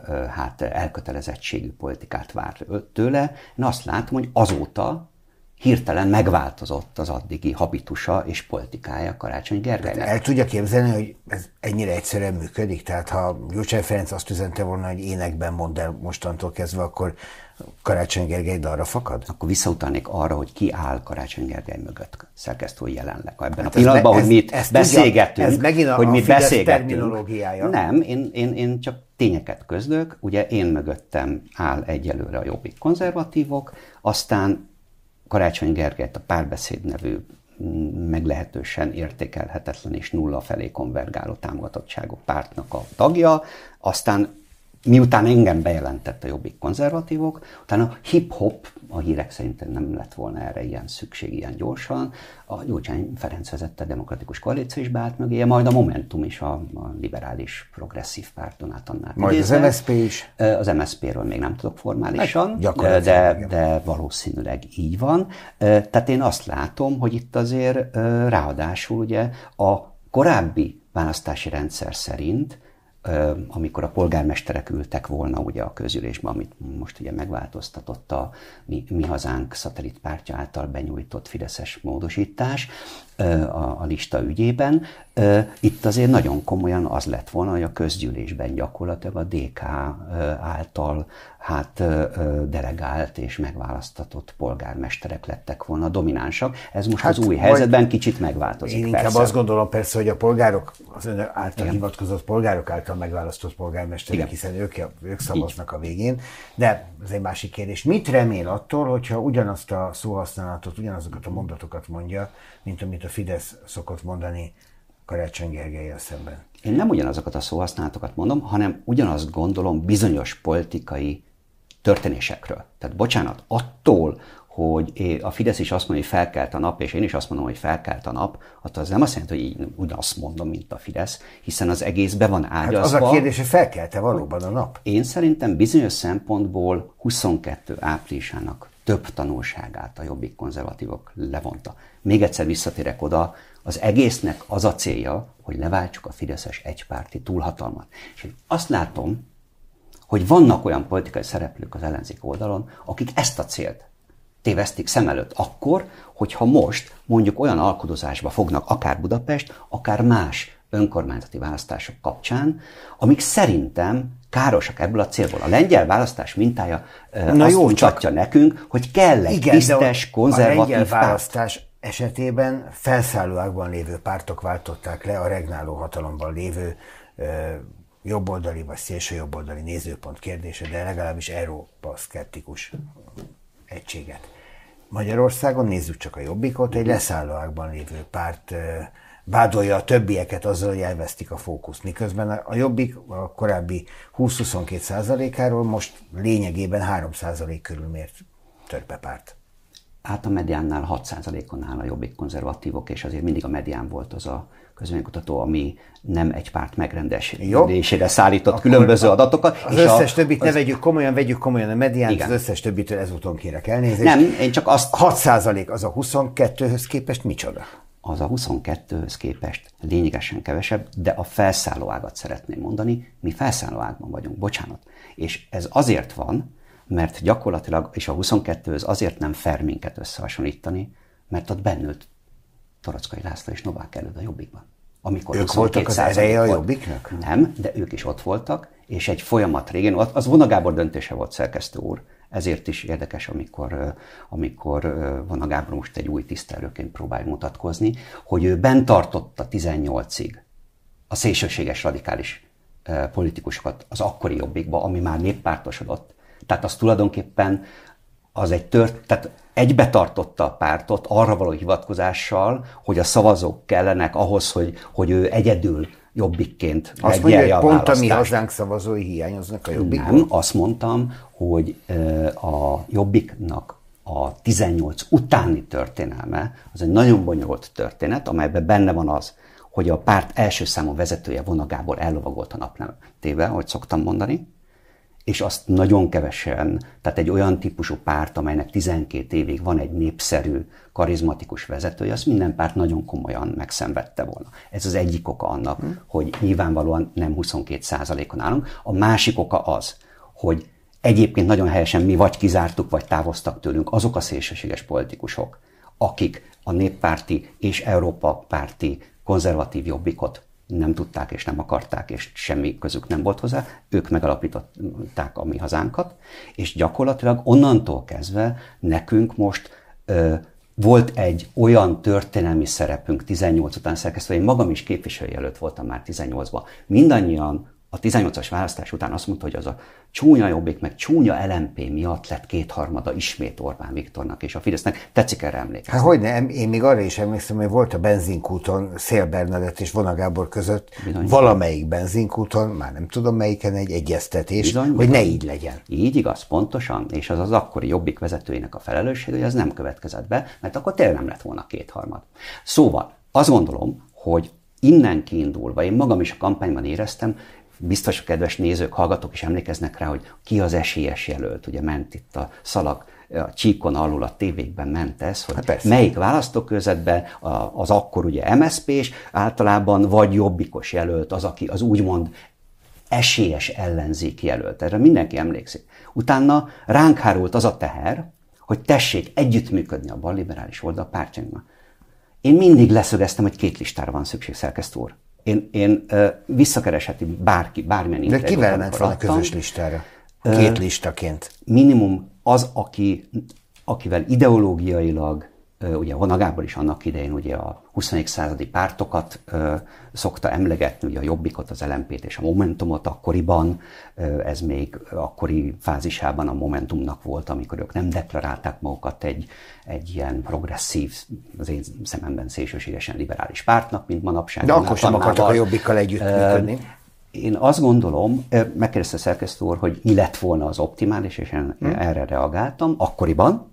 elkötelezettségű politikát vár tőle. Én azt látom, hogy azóta hirtelen megváltozott az addigi habitusa és politikája Karácsony Gergelynek. El tudja képzelni, hogy ez ennyire egyszerűen működik? Tehát ha Gyurcsány Ferenc azt üzente volna, hogy énekben mondd el mostantól kezdve, akkor Karácsony Gergely dalra fakad? Akkor visszautalnék arra, hogy ki áll Karácsony Gergely mögött szerkesztői jelenleg. Ebben a pillanatban, hogy mit beszélgetünk. Ez megint a Fidesz terminológiája. Nem, én csak tényeket közlök. Ugye én mögöttem áll egyelőre a Jobbik konzervatívok, aztán Karácsony Gergelyt a Párbeszéd nevű meglehetősen értékelhetetlen és nulla felé konvergáló támogatottságú pártnak a tagja, aztán miután engem bejelentett a Jobbik konzervatívok, utána hip-hop, a hírek szerint nem lett volna erre ilyen szükség ilyen gyorsan, a Gyurcsány Ferenc vezette demokratikus koalíció is beállt mögéje, majd a Momentum is a liberális progresszív párton át annál. Majd az MSZP is? Az MSZP-ről még nem tudok formálisan, de valószínűleg így van. Tehát én azt látom, hogy itt azért ráadásul ugye a korábbi választási rendszer szerint, amikor a polgármesterek ültek volna ugye a közgyűlésben, amit most ugye megváltoztatott a Mi Hazánk szatellitpártja által benyújtott fideszes módosítás a lista ügyében. Itt azért nagyon komolyan az lett volna, hogy a közgyűlésben gyakorlatilag a DK által delegált és megválasztatott polgármesterek lettek volna dominánsak. Ez most az új helyzetben kicsit megváltozik. Én inkább azt gondolom persze, hogy a polgárok, az ön által hivatkozott polgárok által által megválasztott polgármesterek, hiszen ők szavaznak a végén. De ez egy másik kérdés. Mit remél attól, hogyha ugyanazt a szóhasználatot, ugyanazokat a mondatokat mondja, mint amit a Fidesz szokott mondani Karácsony Gergellyel szemben? Én nem ugyanazokat a szóhasználatokat mondom, hanem ugyanazt gondolom bizonyos politikai történésekről. Tehát bocsánat, attól, hogy a Fidesz is azt mondja, hogy felkelt a nap, és én is azt mondom, hogy felkelt a nap, attól az nem azt jelenti, hogy így ugyanazt mondom, mint a Fidesz, hiszen az egész be van ágyazva. Hát az a kérdés, hogy felkelte valóban a nap? Én szerintem bizonyos szempontból 22 áprilisának több tanulságát a Jobbik konzervatívok levonta. Még egyszer visszatérek oda, az egésznek az a célja, hogy leváltsuk a fideszes egypárti túlhatalmat. És én azt látom, hogy vannak olyan politikai szereplők az ellenzék oldalon, akik ezt a célt tévesztik szem előtt akkor, hogyha most mondjuk olyan alkudozásba fognak akár Budapest, akár más önkormányzati választások kapcsán, amik szerintem károsak ebből a célból. A lengyel választás mintája mutatja nekünk, hogy kell egy tisztes, konzervatív a lengyel választás esetében felszállóágban lévő pártok váltották le a regnáló hatalomban lévő jobboldali vagy szélső jobboldali nézőpont kérdése, de legalábbis Európa szkeptikus egységet. Magyarországon nézzük csak a Jobbikot, egy leszállóágban lévő párt vádolja a többieket azzal, hogy elvesztik a fókuszt. Miközben a Jobbik a korábbi 20-22%-áról most lényegében 3% körül mért törpepárt. Hát a mediánnál 6%-on áll a Jobbik konzervatívok, és azért mindig a medián volt az a közvéleménykutató, ami nem egy párt megrendelésére szállított különböző adatokat. Az összes többit ne vegyük komolyan a mediánt, igen. Az összes többitől ezúton kérek elnézést. Nem, én csak azt... 6% az a 22-höz képest micsoda? Az a 22-höz képest lényegesen kevesebb, de a felszállóágat szeretném mondani, mi felszállóágban vagyunk, bocsánat. És ez azért van, mert gyakorlatilag, és a 22-höz azért nem fair minket összehasonlítani, mert ott bennült Torockai László és Novák Előd a Jobbikban. Amikor ők voltak az ereje a Jobbiknak? Nem, de ők is ott voltak, és egy folyamat régen, az Vona Gábor döntése volt, szerkesztő úr, ezért is érdekes, amikor Vona Gábor most egy új tisztelőként próbál mutatkozni, hogy ő bent tartotta 18-ig a szélsőséges radikális politikusokat az akkori Jobbikba, ami már néppártosodott. Tehát az tulajdonképpen az tehát egybe tartotta a pártot arra való hivatkozással, hogy a szavazók kellenek ahhoz, hogy ő egyedül Jobbikként megnyerje a választást. Pont a mi hazánk szavazói hiányoznak a Jobbikból? Nem, azt mondtam, hogy a Jobbiknak a 18 utáni történelme az egy nagyon bonyolult történet, amelyben benne van az, hogy a párt első számú vezetője Vona Gábor ellovagolt a naplementébe, ahogy szoktam mondani, és azt nagyon kevesen, tehát egy olyan típusú párt, amelynek 12 évig van egy népszerű, karizmatikus vezetője, azt minden párt nagyon komolyan megszenvedte volna. Ez az egyik oka annak, hogy nyilvánvalóan nem 22%-on állunk. A másik oka az, hogy egyébként nagyon helyesen mi vagy kizártuk, vagy távoztak tőlünk azok a szélsőséges politikusok, akik a néppárti és Európa párti konzervatív Jobbikot nem tudták és nem akarták, és semmi közük nem volt hozzá, ők megalapították a mi hazánkat, és gyakorlatilag onnantól kezdve nekünk most volt egy olyan történelmi szerepünk 18 után szerkesztve, én magam is képviselőjelölt voltam már 18-ban. Mindannyian a 18-as választás után azt mondta, hogy az a csúnya Jobbik, meg csúnya LMP miatt lett 2/3 ismét Orbán Viktornak és a Fidesznek. Tetszik erre emlékezni? Hát hogyne, én még arra is emlékszem, hogy volt a benzinkúton Széll Bernadett és Vona Gábor között valamelyik benzinkúton, már nem tudom melyiken, egy egyeztetés, hogy ne így legyen. Így igaz, pontosan, és az akkori Jobbik vezetőjének a felelősség, hogy ez nem következett be, mert akkor tényleg nem lett volna 2/3. Szóval azt gondolom, hogy innen kiindulva, én magam is a kampányban éreztem, biztos a kedves nézők, hallgatók is emlékeznek rá, hogy ki az esélyes jelölt. Ugye ment itt a szalag, a csíkon alul a tévékben ment ez, hogy melyik választókörzetben az akkor ugye MSZP-s általában vagy jobbikos jelölt, az, aki az úgymond esélyes ellenzéki jelölt. Erre mindenki emlékszik. Utána ránk hárult az a teher, hogy tessék együttműködni a balliberális oldal pártjainknak. Én mindig leszögeztem, hogy 2 listára van szükség, szerkesztő úr. Én visszakeresheti bárki, bármilyen interjút. De kivel ment volna közös listára? 2 listaként. Minimum az, akivel ideológiailag ugye Vona Gábor is annak idején ugye a 21. századi pártokat szokta emlegetni, ugye a Jobbikot, az LMP-t és a Momentumot akkoriban, ez még akkori fázisában a Momentumnak volt, amikor ők nem deklarálták magukat egy ilyen progresszív, az én szememben szélsőségesen liberális pártnak, mint manapság. De akkor sem akartak a Jobbikkal együttműködni. Én azt gondolom, megkérdezte a szerkesztő úr, hogy mi lett volna az optimális, és én erre reagáltam akkoriban.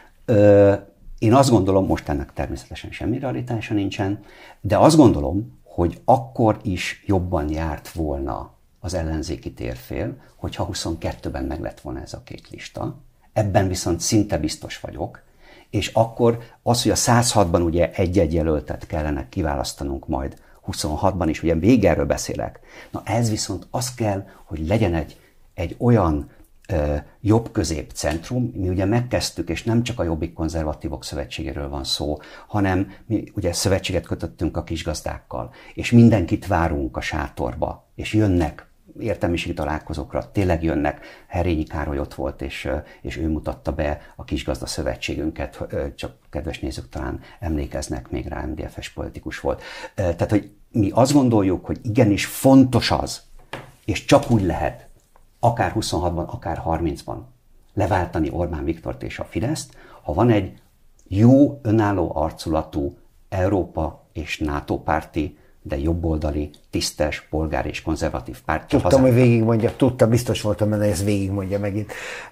Én azt gondolom, most ennek természetesen semmi realitása nincsen, de azt gondolom, hogy akkor is jobban járt volna az ellenzéki térfél, hogyha 22-ben meg lett volna ez a két lista. Ebben viszont szinte biztos vagyok, és akkor az, hogy a 106-ban ugye egy-egy jelöltet kellene kiválasztanunk majd 26-ban is, ugye még erről beszélek. Na ez viszont az kell, hogy legyen egy olyan jobb-közép centrum, mi ugye megkezdtük, és nem csak a Jobbik Konzervatívok Szövetségéről van szó, hanem mi ugye szövetséget kötöttünk a kisgazdákkal, és mindenkit várunk a sátorba, és jönnek értelmiségi találkozókra, tényleg jönnek. Herényi Károly ott volt, és ő mutatta be a kisgazda szövetségünket, csak kedves nézők talán emlékeznek még rá, MDF-es politikus volt. Tehát, hogy mi azt gondoljuk, hogy igenis fontos az, és csak úgy lehet, akár 26-ban, akár 30-ban leváltani Orbán Viktort és a Fideszt, ha van egy jó, önálló arculatú Európa és NATO párti, de jobboldali, tisztes, polgári és konzervatív párt. Tudtam, hogy végigmondja, biztos voltam benne, hogy ezt végigmondja megint.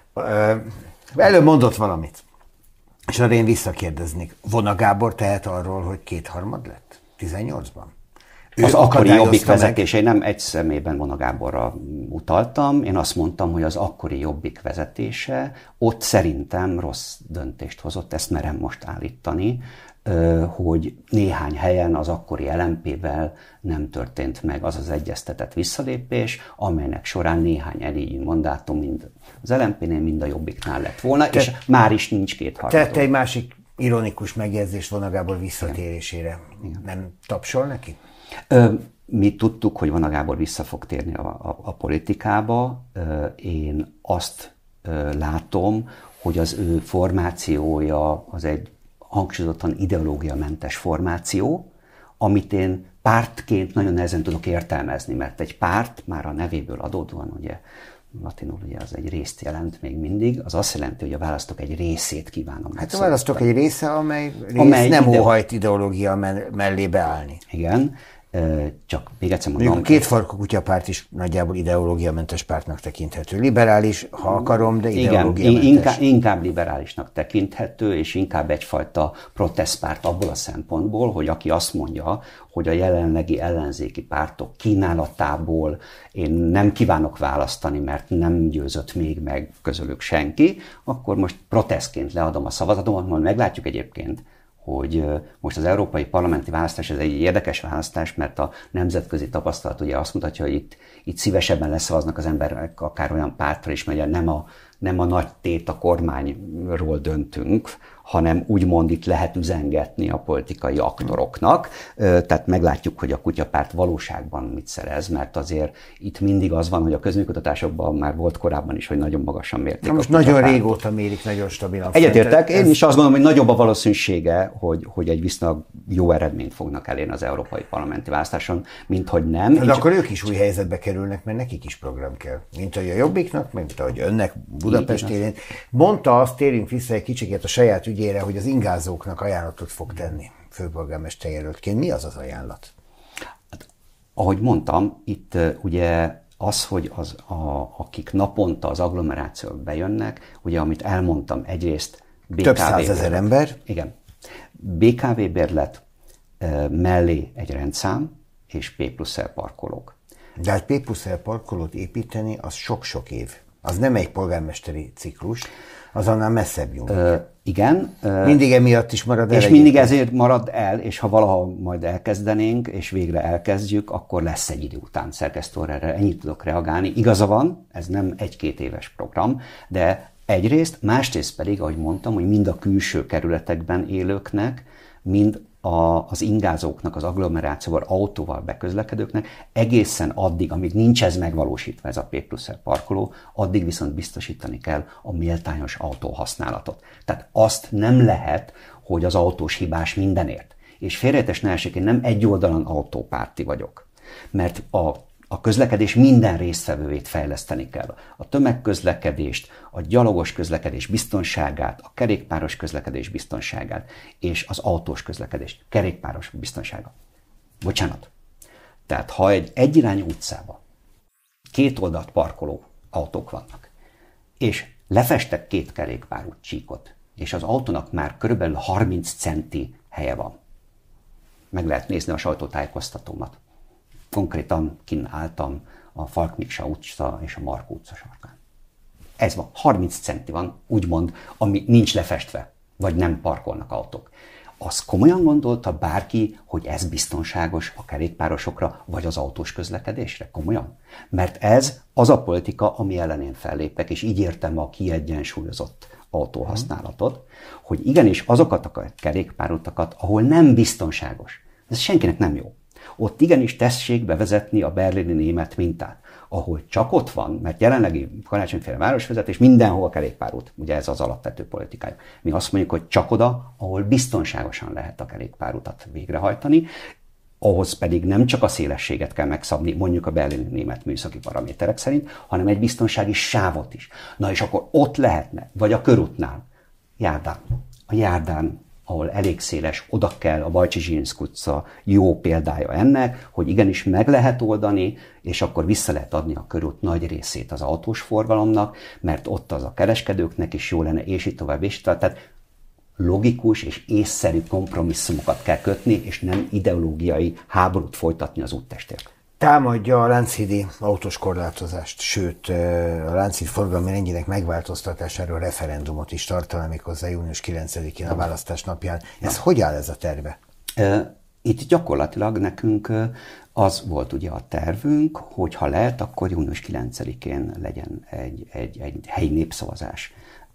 Előbb mondott valamit, és arra én visszakérdeznék. Vona Gábor tehet arról, hogy 2/3 lett 18-ban? Az akkori Jobbik vezetése, én nem egy személyben Vona Gáborra utaltam, én azt mondtam, hogy az akkori Jobbik vezetése ott szerintem rossz döntést hozott, ezt merem most állítani, hogy néhány helyen az akkori LMP-vel nem történt meg az az egyeztetett visszalépés, amelynek során néhány elégű mandátum mind az LMP-nél, mind a Jobbiknál lett volna, és már is nincs 2/3. Tette egy másik ironikus megjegyzést Vona Gábor visszatérésére. Igen. Nem tapsol neki? Mi tudtuk, hogy Vona Gábor vissza fog térni a politikába. Én azt látom, hogy az ő formációja az egy hangsúlyozottan ideológiamentes formáció, amit én pártként nagyon nehezen tudok értelmezni, mert egy párt már a nevéből adódóan, ugye latinul ugye az egy részt jelent még mindig, az azt jelenti, hogy a választók egy részét kívánom. Hát a választók egy része, amely nem óhajt ideológia mellé beállni. Igen. Csak még egyszer mondom. A Kétfarkú kutyapárt is nagyjából ideológiamentes pártnak tekinthető. Liberális, ha akarom, de ideológiamentes. Inkább liberálisnak tekinthető, és inkább egyfajta protestpárt abból a szempontból, hogy aki azt mondja, hogy a jelenlegi ellenzéki pártok kínálatából én nem kívánok választani, mert nem győzött még meg közülük senki, akkor most protestként leadom a szavazatomat, majd meglátjuk egyébként, hogy most az európai parlamenti választás, ez egy érdekes választás, mert a nemzetközi tapasztalat ugye azt mutatja, hogy itt szívesebben leszavaznak az emberek akár olyan pártra is, mert nem a nagy tét a kormányról döntünk, hanem úgymond itt lehet üzengetni a politikai aktoroknak. Tehát meglátjuk, hogy a kutyapárt valóságban mit szerez, mert azért itt mindig az van, hogy a közműkutatásokban már volt korábban is, hogy nagyon magasan mérték. Most nagyon régóta mérik, nagyon stabilan. Egyetértek, én is azt gondolom, hogy nagyobb a valószínűsége, hogy egy viszonylag jó eredményt fognak elérni az európai parlamenti választáson, mint hogy nem. De akkor ők is új helyzetbe kerülnek, mert nekik is program kell. Mint ahogy a Jobbiknak, mint ahogy önnek Budapest élén. Mondta azt, térjünk vissza egy kicsikét a saját ügyére, hogy az ingázóknak ajánlatot fog tenni főpolgármester jelöltként. Mi az az ajánlat? Hát, ahogy mondtam, itt ugye az, hogy akik naponta az agglomerációba bejönnek, ugye amit elmondtam, egyrészt BKV több százezer ember. Igen. BKV bérlet mellé egy rendszám és P+L parkolók. De egy P+L parkolót építeni, az sok-sok év. Az nem egy polgármesteri ciklus, az annál messzebb nyúlik. Igen. Mindig emiatt is marad el. És mindig ezért marad el, és ha valaha majd elkezdenénk, és végre elkezdjük, akkor lesz egy idő után. Szerkesztő úr, erre ennyit tudok reagálni. Igaza van, ez nem 1-2 éves program, de egyrészt, másrészt pedig, ahogy mondtam, hogy mind a külső kerületekben élőknek, mind az ingázóknak, az agglomerációval, autóval beközlekedőknek egészen addig, amíg nincs ez megvalósítva, ez a P+R parkoló, addig viszont biztosítani kell a méltányos autóhasználatot. Tehát azt nem lehet, hogy az autós hibás mindenért. És félreértés ne essék, én nem egy oldalon autópárti vagyok, mert a közlekedés minden résztvevőjét fejleszteni kell. A tömegközlekedést, a gyalogos közlekedés biztonságát, a kerékpáros közlekedés biztonságát, és az autós közlekedés, kerékpáros biztonsága. Bocsánat. Tehát ha egy egyirányú utcában két oldalt parkoló autók vannak, és lefestek két kerékpárút csíkot, és az autónak már körülbelül 30 centi helye van. Meg lehet nézni a sajtótájékoztatómat. Konkrétan kinn álltam a Falk Miksa utca és a Markó utca sarkán. Ez van, 30 centi van, úgymond, ami nincs lefestve, vagy nem parkolnak autók. Az komolyan gondolta bárki, hogy ez biztonságos a kerékpárosokra, vagy az autós közlekedésre? Komolyan? Mert ez az a politika, ami ellen én fellépek, és így értem a kiegyensúlyozott autóhasználatot, hogy igenis azokat a kerékpárutakat, ahol nem biztonságos, ez senkinek nem jó. Ott igenis tessék bevezetni a berlini német mintát, ahol csak ott van, mert jelenlegi karácsonyféle városvezetés mindenhol kerékpárút, ugye ez az alapvető politikája. Mi azt mondjuk, hogy csak oda, ahol biztonságosan lehet a kerékpárutat végrehajtani, ahhoz pedig nem csak a szélességet kell megszabni, mondjuk a berlini német műszaki paraméterek szerint, hanem egy biztonsági sávot is. Na és akkor ott lehetne, vagy a körútnál, Járdán. A Járdán, ahol elég széles, oda kell, a Bajcsy-Zsilinszk utca jó példája ennek, hogy igenis meg lehet oldani, és akkor vissza lehet adni a körút nagy részét az autós forgalomnak, mert ott az a kereskedőknek is jó lenne, és így tovább, és így tovább. Tehát logikus és észszerű kompromisszumokat kell kötni, és nem ideológiai háborút folytatni az úttestért. Támadja a lánchídi autós korlátozást, sőt a Lánchíd forgalmi rendjének megváltoztatásáról referendumot is tartana, méghozzá június 9-én a választás napján. Ez hogy áll ez a terve? Itt gyakorlatilag nekünk az volt ugye a tervünk, hogy ha lehet, akkor június 9-én legyen egy helyi népszavazás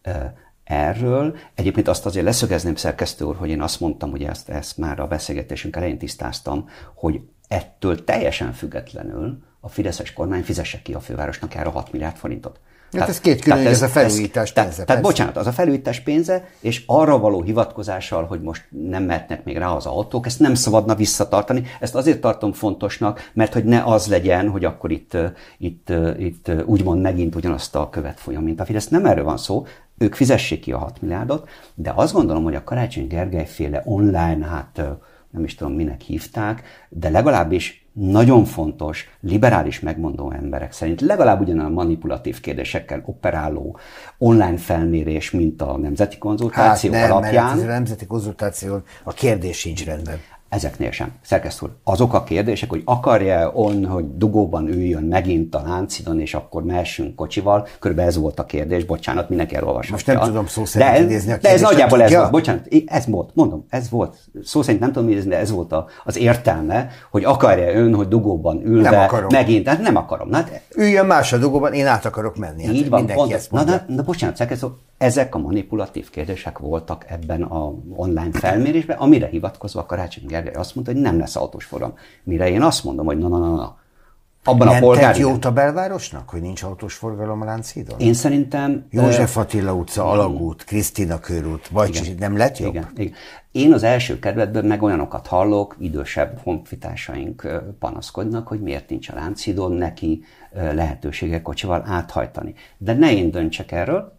erről. Egyébként azt azért leszögezném, szerkesztő úr, hogy én azt mondtam, hogy ezt már a beszélgetésünk elején tisztáztam, hogy ettől teljesen függetlenül a fideszes kormány fizesse ki a fővárosnak erre 6 milliárd forintot. Hát ez két külön, ez a felújítás pénze. Tehát bocsánat, az a felújítás pénze, és arra való hivatkozása, hogy most nem mehetnek még rá az autók, ezt nem szabadna visszatartani. Ezt azért tartom fontosnak, mert hogy ne az legyen, hogy akkor itt úgymond megint ugyanazt a követ folyam, mint a Fidesz. Nem erről van szó, ők fizessék ki a 6 milliárdot, de azt gondolom, hogy a Karácsony Gergely féle online, nem is tudom minek hívták, de legalábbis nagyon fontos, liberális megmondó emberek szerint legalább ugyanolyan manipulatív kérdésekkel operáló online felmérés, mint a nemzeti konzultáció alapján. Mert a nemzeti konzultáción a kérdés sincs rendben. Ezeknél sem. Szerkesztő úr, azok a kérdések, hogy akarja hogy dugóban üljön megint a Lánchídon, és akkor mehessünk kocsival, körülbelül ez volt a kérdés, bocsánat, mindenki elolvashatja. Most nem tudom szó szerint idézni a kérdést. De ez nagyjából ez volt, bocsánat, ez volt, mondom, ez volt. Szó szerint nem tudom idézni, de ez volt az értelme, hogy akarja ön, hogy dugóban ülve megint, hát nem akarom. Hát, üljön más a dugóban, én át akarok menni. Hát így van, mindenki ezt mondja. Na bocsánat, szerkesztő, ezek a manipulatív kérdések voltak ebben a online felmérésben, amire hivatkozva a Karácsony Gergely azt mondta, hogy nem lesz autós forgalom. Mire én azt mondom, hogy na. Abban nem a polgári... jót a belvárosnak, hogy nincs autós forgalom a Lánchídon? Én szerintem... József Attila utca, Alagút, Krisztina körút, vagy nem lett jobb? Igen. Én az első kerületben meg olyanokat hallok, idősebb honfitársaink panaszkodnak, hogy miért nincs a Lánchídon neki lehetősége kocsival áthajtani. De ne én döntsek erről,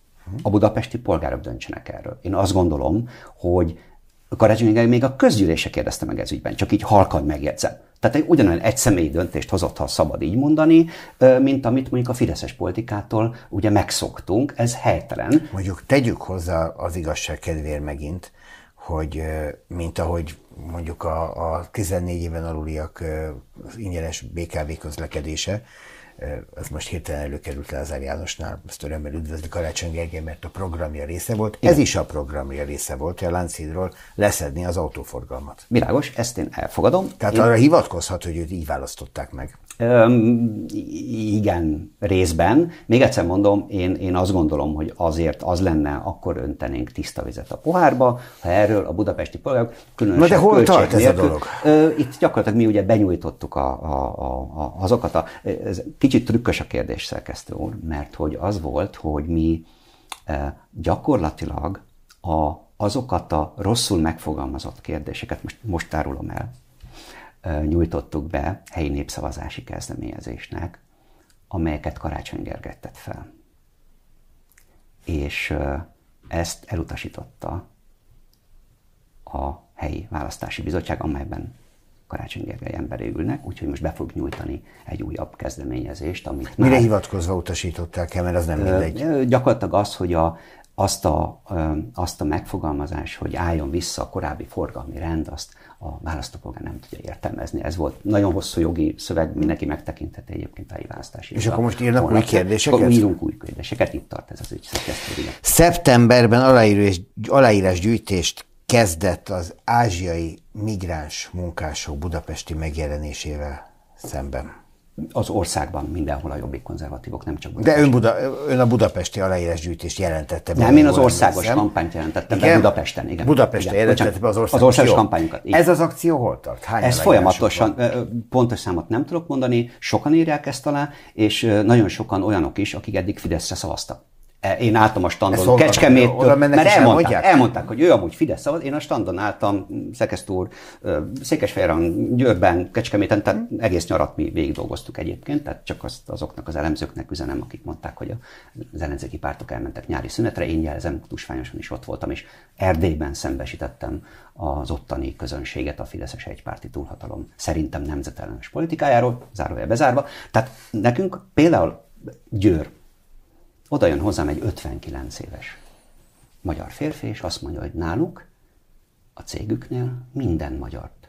a budapesti polgárok döntsenek erről. Én azt gondolom, hogy Karácsony Gergely még a közgyűlése kérdezte meg ez ügyben, csak így halkan megjegyzem. Tehát egy ugyanolyan egyszemélyi döntést hozott, ha szabad így mondani, mint amit mondjuk a fideszes politikától ugye megszoktunk, ez helytelen. Mondjuk tegyük hozzá az igazság kedvéért megint, hogy mint ahogy mondjuk a 14 éven aluliak ingyenes BKV közlekedése, ez most hirtelen előkerült Lázár Jánosnál, ezt örömmel üdvözli Karácsony Gergely, mert a programja része volt. Igen. Ez is a programja része volt, hogy a Lánchídról leszedni az autóforgalmat. Világos, ezt én elfogadom. Tehát arra hivatkozhat, hogy őt így választották meg. Igen, részben. Még egyszer mondom, én azt gondolom, hogy azért az lenne, akkor öntenénk tiszta vizet a pohárba, ha erről a budapesti polgárok különösen. Na de hol tart ez a dolog? Itt gyakorlatilag mi ugye benyújtottuk azokat ez kicsit trükkös a kérdés, szerkesztő úr, mert hogy az volt, hogy mi gyakorlatilag azokat a rosszul megfogalmazott kérdéseket, most tárulom el, nyújtottuk be helyi népszavazási kezdeményezésnek, amelyeket Karácsony Gergely tett fel. És ezt elutasította a helyi választási bizottság, amelyben Karácsony Gergely emberei ülnek, úgyhogy most be fogjuk nyújtani egy újabb kezdeményezést, amit mire hivatkozva utasították el, mert az nem mindegy. Gyakorlatilag az, hogy azt a megfogalmazás, hogy álljon vissza a korábbi forgalmi rend, azt a választópolgár nem tudja értelmezni. Ez volt nagyon hosszú jogi szöveg, mindenki megtekintette egyébként a helyi választási. És akkor most írnak új kérdéseket? Akkor írunk új kérdéseket, itt tart ez az ügy. Szeptemberben aláírásgyűjtést kezdett az ázsiai migráns munkások budapesti megjelenésével szemben. Az országban mindenhol a jobbik konzervatívok, nem csak Budapesten. De ön a budapesti aláírásgyűjtést jelentette be. Nem, én az országos kampányt jelentettem be Budapesten. Igen. Budapesten jelentette be az országos kampányokat. Ez az akció hol tart? Hány ez folyamatosan, pontos számot nem tudok mondani, sokan írják ezt alá, és nagyon sokan olyanok is, akik eddig Fideszre szavaztak. Én álltam a standon Kecskeméttől, mert elmondták, hogy ő amúgy Fidesz szavaz. Én a standon álltam, szerkesztő úr, Székesfehérváron, Győrben, Kecskeméten, tehát egész nyarat mi végig dolgoztuk egyébként, tehát csak azoknak az elemzőknek üzenem, akik mondták, hogy az ellenzéki pártok elmentek nyári szünetre. Én jelzem, tusványosan is ott voltam, és Erdélyben szembesítettem az ottani közönséget a fideszes egypárti túlhatalom szerintem nemzetellenes politikájáról, zárójel bezárva. Tehát nekünk például Győr, oda jön hozzám egy 59 éves magyar férfi, és azt mondja, hogy náluk, a cégüknél minden magyart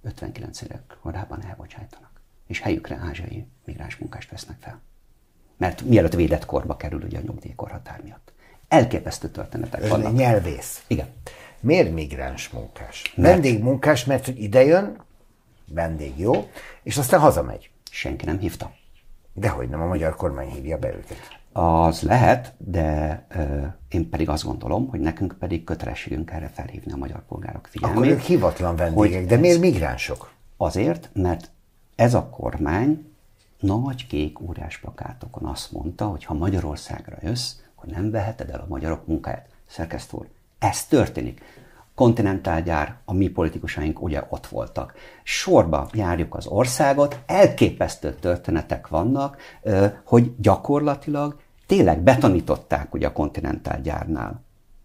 59 éves korában elbocsájtanak, és helyükre ázsiai migráns munkást vesznek fel. Mert mielőtt védett korba kerül ugye a nyugdíjkorhatár miatt. Elképesztő történetek vannak. Nyelvész. Igen. Miért migráns munkás? Vendégmunkás, mert hogy idejön, vendég jó, és aztán hazamegy. Senki nem hívta. Dehogy nem, a magyar kormány hívja be őket. Az lehet, de én pedig azt gondolom, hogy nekünk pedig kötelességünk erre felhívni a magyar polgárok figyelmét. Akkor ők hivatlan vendégek, de miért migránsok? Azért, mert ez a kormány nagy kék óriás plakátokon azt mondta, hogy ha Magyarországra jössz, akkor nem veheted el a magyarok munkáját. Szerkesztő úr, ez történik. Continental gyár, a mi politikusaink ugye ott voltak. Sorba járjuk az országot, elképesztő történetek vannak, hogy gyakorlatilag tényleg betanították ugye a Continental gyárnál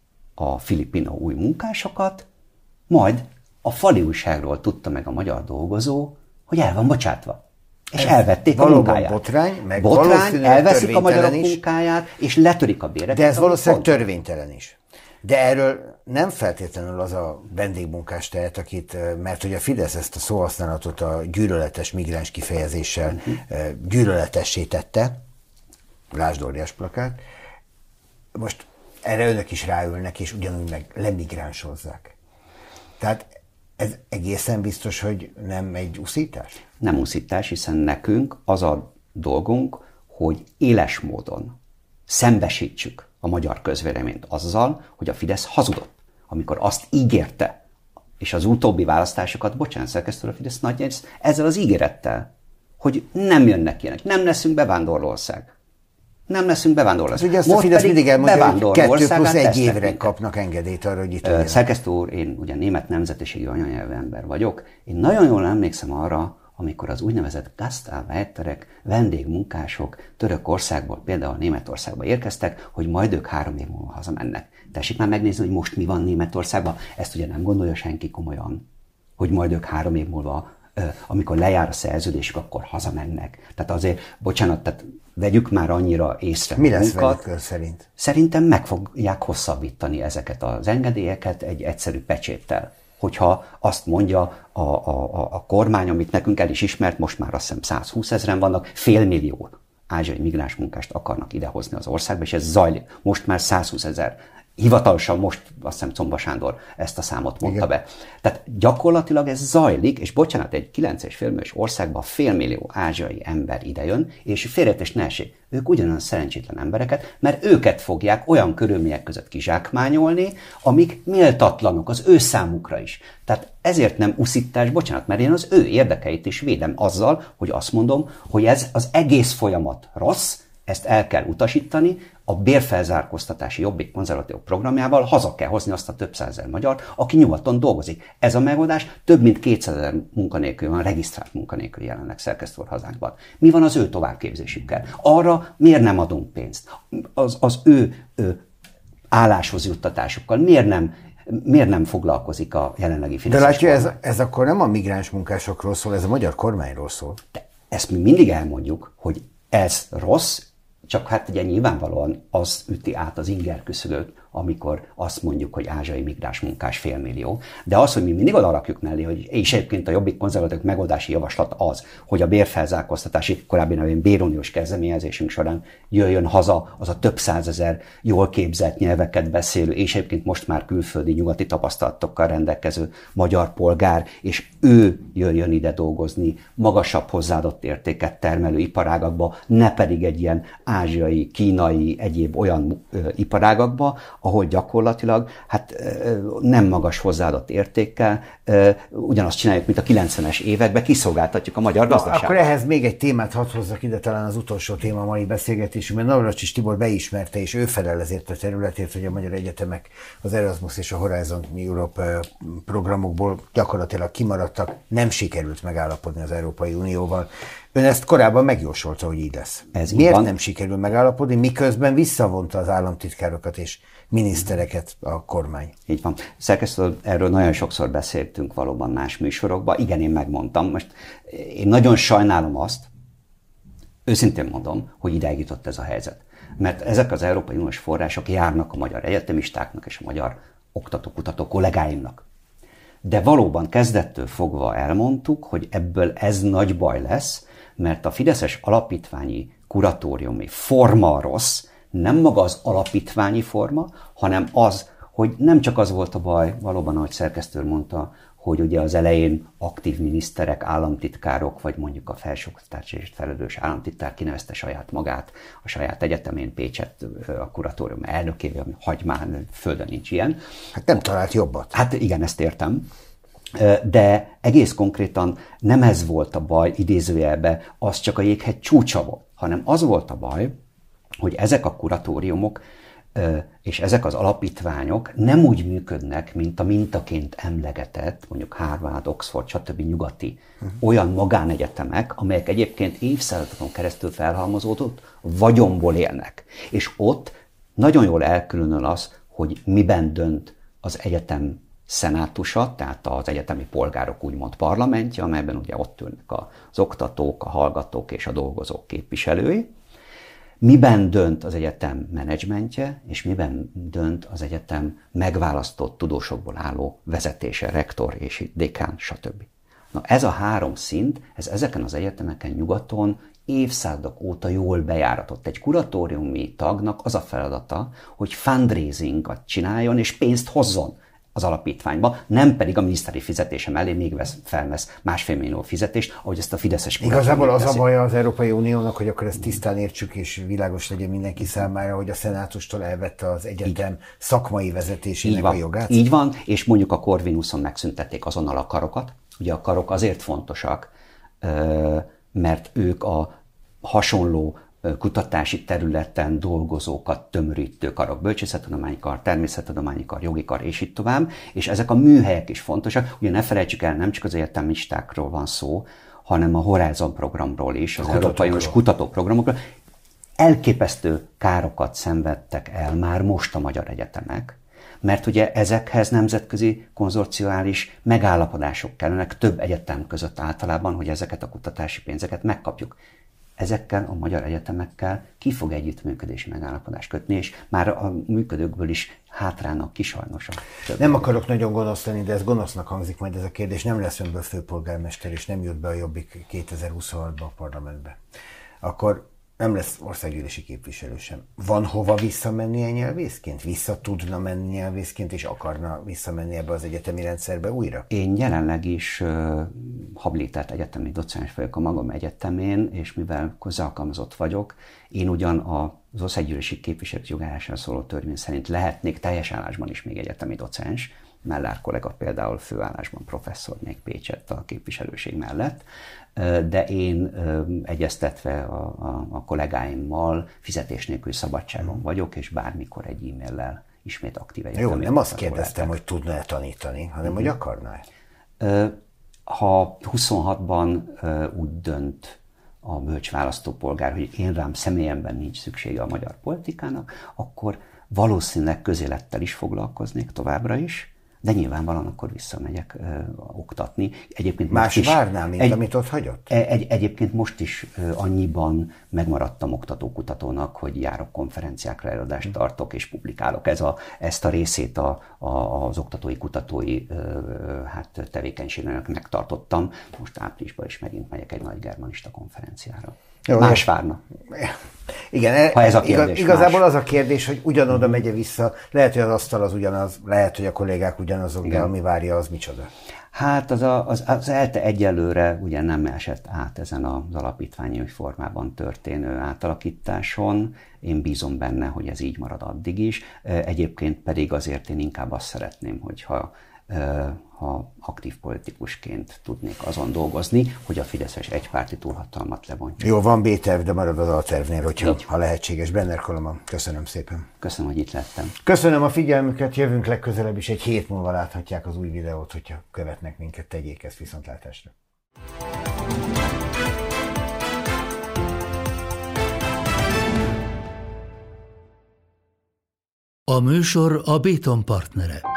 a filipino új munkásokat, majd a fali újságról tudta meg a magyar dolgozó, hogy el van bocsátva. És elvették a munkáját. Botrány, elveszik a magyarok munkáját, és letörik a béreket. De ez valószínűleg törvénytelen is. De erről nem feltétlenül az a vendégmunkás tehet, akit, mert hogy a Fidesz ezt a szóhasználatot a gyűlöletes migráns kifejezéssel gyűlöletessé tette, lásd óriás plakát, most erre önök is ráülnek, és ugyanúgy meg lemigránsozzák. Tehát ez egészen biztos, hogy nem egy uszítás? Nem uszítás, hiszen nekünk az a dolgunk, hogy éles módon szembesítsük a magyar közvéleményt azzal, hogy a Fidesz hazudott, amikor azt ígérte, és az utóbbi választásokat, bocsánat, szerkesztő, a Fidesz nagy ezzel az ígérettel, hogy nem jönnek ilyenek, nem leszünk bevándorlóország. Nem leszünk bevándorlóország. Ugye azt a Fidesz mindig elmondja, hogy 2+1 évre kapnak engedélyt arra, hogy itt legyenek. Szerkesztő úr, én ugye német nemzetiségű anyanyelvű ember vagyok. Én nagyon jól emlékszem arra, amikor az úgynevezett Gastarbeiterek, vendégmunkások Törökországból, például Németországba érkeztek, hogy majd ők 3 év múlva hazamennek. Tessék már megnézni, hogy most mi van Németországban. Ezt ugye nem gondolja senki komolyan, hogy majd ők 3 év múlva, amikor lejár a szerződésük, akkor hazamennek. Tehát azért, bocsánat, tehát vegyük már annyira észre. Mi lesz velük szerint? Szerintem meg fogják hosszabbítani ezeket az engedélyeket egy egyszerű pecséttel. Hogyha azt mondja a kormány, amit nekünk el is ismert, most már azt hiszem 120 000 vannak, 500 000 ázsiai migráns munkást akarnak idehozni az országba, és ez zajlik. Most már 120 000. Hivatalosan most, azt hiszem Comba Sándor ezt a számot mondta be. Tehát gyakorlatilag ez zajlik, és bocsánat, egy 9,5 milliós országban 500 000 ázsiai ember idejön, és félreértés ne essék, ők ugyanolyan szerencsétlen embereket, mert őket fogják olyan körülmények között kizsákmányolni, amik méltatlanok az ő számukra is. Tehát ezért nem uszítás, bocsánat, mert én az ő érdekeit is védem azzal, hogy azt mondom, hogy ez az egész folyamat rossz, ezt el kell utasítani, a bérfelzárkóztatási Jobbik konzervatív programjával haza kell hozni azt a több százezer magyart, aki nyugaton dolgozik. Ez a megoldás, több mint 200 000 munkanélkül van, regisztrált munkanélkül jelenleg szerkesztőr hazánkban. Mi van az ő továbbképzésükkel? Arra miért nem adunk pénzt? Az ő álláshoz juttatásukkal miért nem foglalkozik a jelenlegi Fideszes De látja, ez akkor nem a migráns munkásokról szól, ez a magyar kormányról szól. De ezt mi mindig elmondjuk, hogy ez rossz, csak hát ugye nyilvánvalóan az üti át az inger küszöböt, amikor azt mondjuk, hogy ázsiai migráns munkás 500 000. De az, hogy mi mindig oda rakjuk mellé, hogy és egyébként a Jobbik konzervatívok megoldási javaslat az, hogy a bérfelzárkóztatási, korábbi nevén béruniós kezdeményezésünk során jöjjön haza az a több százezer jól képzett nyelveket beszélő, és egyébként most már külföldi nyugati tapasztalatokkal rendelkező magyar polgár, és ő jöjjön ide dolgozni, magasabb hozzáadott értéket termelő iparágakba, ne pedig egy ilyen ázsiai, kínai, egyéb olyan iparágakba, ahol gyakorlatilag hát nem magas hozzáadott értékkel, ugyanazt csináljuk, mint a 90-es években, kiszolgáltatjuk a magyar gazdaságot. Akkor ehhez még egy témát hadd hozzak ide, talán az utolsó téma a mai beszélgetésünkben. Navracsics Tibor beismerte, és ő felel ezért a területért, hogy a magyar egyetemek az Erasmus és a Horizon Europe programokból gyakorlatilag kimaradtak, nem sikerült megállapodni az Európai Unióval. Ön ezt korábban megjósolta, hogy így lesz. Miért nem sikerül megállapodni, miközben visszavonta az államtitkárokat és minisztereket a kormány? Így van. Szerkesztő, erről nagyon sokszor beszéltünk valóban más műsorokban. Igen, én megmondtam. Most én nagyon sajnálom azt, őszintén mondom, hogy ideig jutott ez a helyzet. Mert ezek az Európai Uniós források járnak a magyar egyetemistáknak és a magyar oktató-kutató kollégáimnak. De valóban kezdettől fogva elmondtuk, hogy ebből ez nagy baj lesz, mert a fideszes alapítványi kuratóriumi forma rossz, nem maga az alapítványi forma, hanem az, hogy nem csak az volt a baj, valóban, ahogy szerkesztő mondta, hogy ugye az elején aktív miniszterek, államtitkárok, vagy mondjuk a felsőoktatásért felelős államtitkár kinevezte saját magát, a saját egyetemén Pécset a kuratórium elnökévé, ami hagymán, földön nincs ilyen. Hát nem talált jobbat. Hát igen, ezt értem. De egész konkrétan nem ez volt a baj, idézőjelben, az csak a jéghegy csúcsa volt, hanem az volt a baj, hogy ezek a kuratóriumok és ezek az alapítványok nem úgy működnek, mint a mintaként emlegetett, mondjuk Harvard, Oxford, stb. Nyugati olyan magánegyetemek, amelyek egyébként évszázadokon keresztül felhalmozódott vagyonból élnek. És ott nagyon jól elkülönül az, hogy miben dönt az egyetem szenátusa, tehát az egyetemi polgárok úgymond parlamentje, amelyben ugye ott ülnek az oktatók, a hallgatók és a dolgozók képviselői, miben dönt az egyetem menedzsmentje, és miben dönt az egyetem megválasztott tudósokból álló vezetése, rektor és dekán, stb. Na ez a három szint, ez ezeken az egyetemeken nyugaton évszázadok óta jól bejáratott. Egy kuratóriumi tagnak az a feladata, hogy fundraisingot csináljon és pénzt hozzon az alapítványba, nem pedig a miniszteri fizetése mellé még felvesz 1,5 millió fizetést, ahogy ezt a fideszes igazából az a baj az Európai Uniónak, hogy akkor ezt tisztán értsük és világos legyen mindenki számára, hogy a szenátustól elvette az egyetem szakmai vezetésének a jogát. Így van, és mondjuk a Corvinuson megszüntették azonnal a karokat. Ugye a karok azért fontosak, mert ők a hasonló kutatási területen dolgozókat tömörítő karok, bölcsészettudományi kar, természettudományi kar, jogi kar, és így tovább, és ezek a műhelyek is fontosak. Ugye ne felejtsük el, nem csak az egyetemistákról van szó, hanem a Horizon programról is, az Európai Uniós kutatóprogramokról. Elképesztő károkat szenvedtek el már most a magyar egyetemek, mert ugye ezekhez nemzetközi konzorciális megállapodások kellenek több egyetem között általában, hogy ezeket a kutatási pénzeket megkapjuk. Ezekkel a magyar egyetemekkel ki fog együttműködési megállapodást kötni, és már a működőkből is hátrálnak ki sajnos. Nem akarok nagyon gonosz lenni, de ez gonosznak hangzik majd ez a kérdés. Nem lesz önből főpolgármester, és nem jut be a Jobbik 2026-ban a parlamentbe. Akkor nem lesz országgyűlési képviselő sem. Van hova visszamennie nyelvészként? Vissza tudna menni nyelvészként, és akarna visszamenni ebbe az egyetemi rendszerbe újra? Én jelenleg is habilitált egyetemi docens vagyok a magam egyetemén, és mivel közalkalmazott vagyok, én ugyan az országgyűlési képviselők jogállására szóló törvény szerint lehetnék teljes állásban is még egyetemi docens, Mellár kollega például főállásban professzor még Pécsett a képviselőség mellett, de én egyeztetve a kollégáimmal fizetés nélkül szabadságon vagyok, és bármikor egy e-maillel ismét aktív egyetemi. Jó, nem azt kérdeztem, hogy tudna-e tanítani, hanem hogy akarna-e. Ha 26-ban úgy dönt a bölcs választópolgár, hogy én rám személyemben nincs szüksége a magyar politikának, akkor valószínűleg közélettel is foglalkoznék továbbra is, de nyilvánvalóan akkor visszamegyek oktatni. Egyébként más várnál, mint amit ott hagyott? Egyébként most is annyiban megmaradtam oktató-kutatónak, hogy járok konferenciákra, előadást tartok és publikálok. Ezt a részét az oktatói-kutatói tevékenységnek megtartottam. Most áprilisban is megint megyek egy nagy germanista konferenciára. Jó, más várna. Igen, ha ez a kérdés, igazából más. Az a kérdés, hogy ugyanoda megye vissza, lehet, hogy az asztal az ugyanaz, lehet, hogy a kollégák ugyanazok, de ami várja, az micsoda? Hát az ELTE egyelőre ugye nem esett át ezen az alapítványi formában történő átalakításon. Én bízom benne, hogy ez így marad addig is. Egyébként pedig azért én inkább azt szeretném, hogyha aktív politikusként tudnék azon dolgozni, hogy a fideszes egypárti túlhatalmat lebontjuk. Jó, van B-terv, de marad az A-tervnél, ha lehetséges. Benner Koloman, köszönöm szépen. Köszönöm, hogy itt lettem. Köszönöm a figyelmüket, jövünk legközelebb is, egy hét múlva láthatják az új videót, hogyha követnek minket, tegyék ezt, viszontlátásra. A műsor a Béton partnere.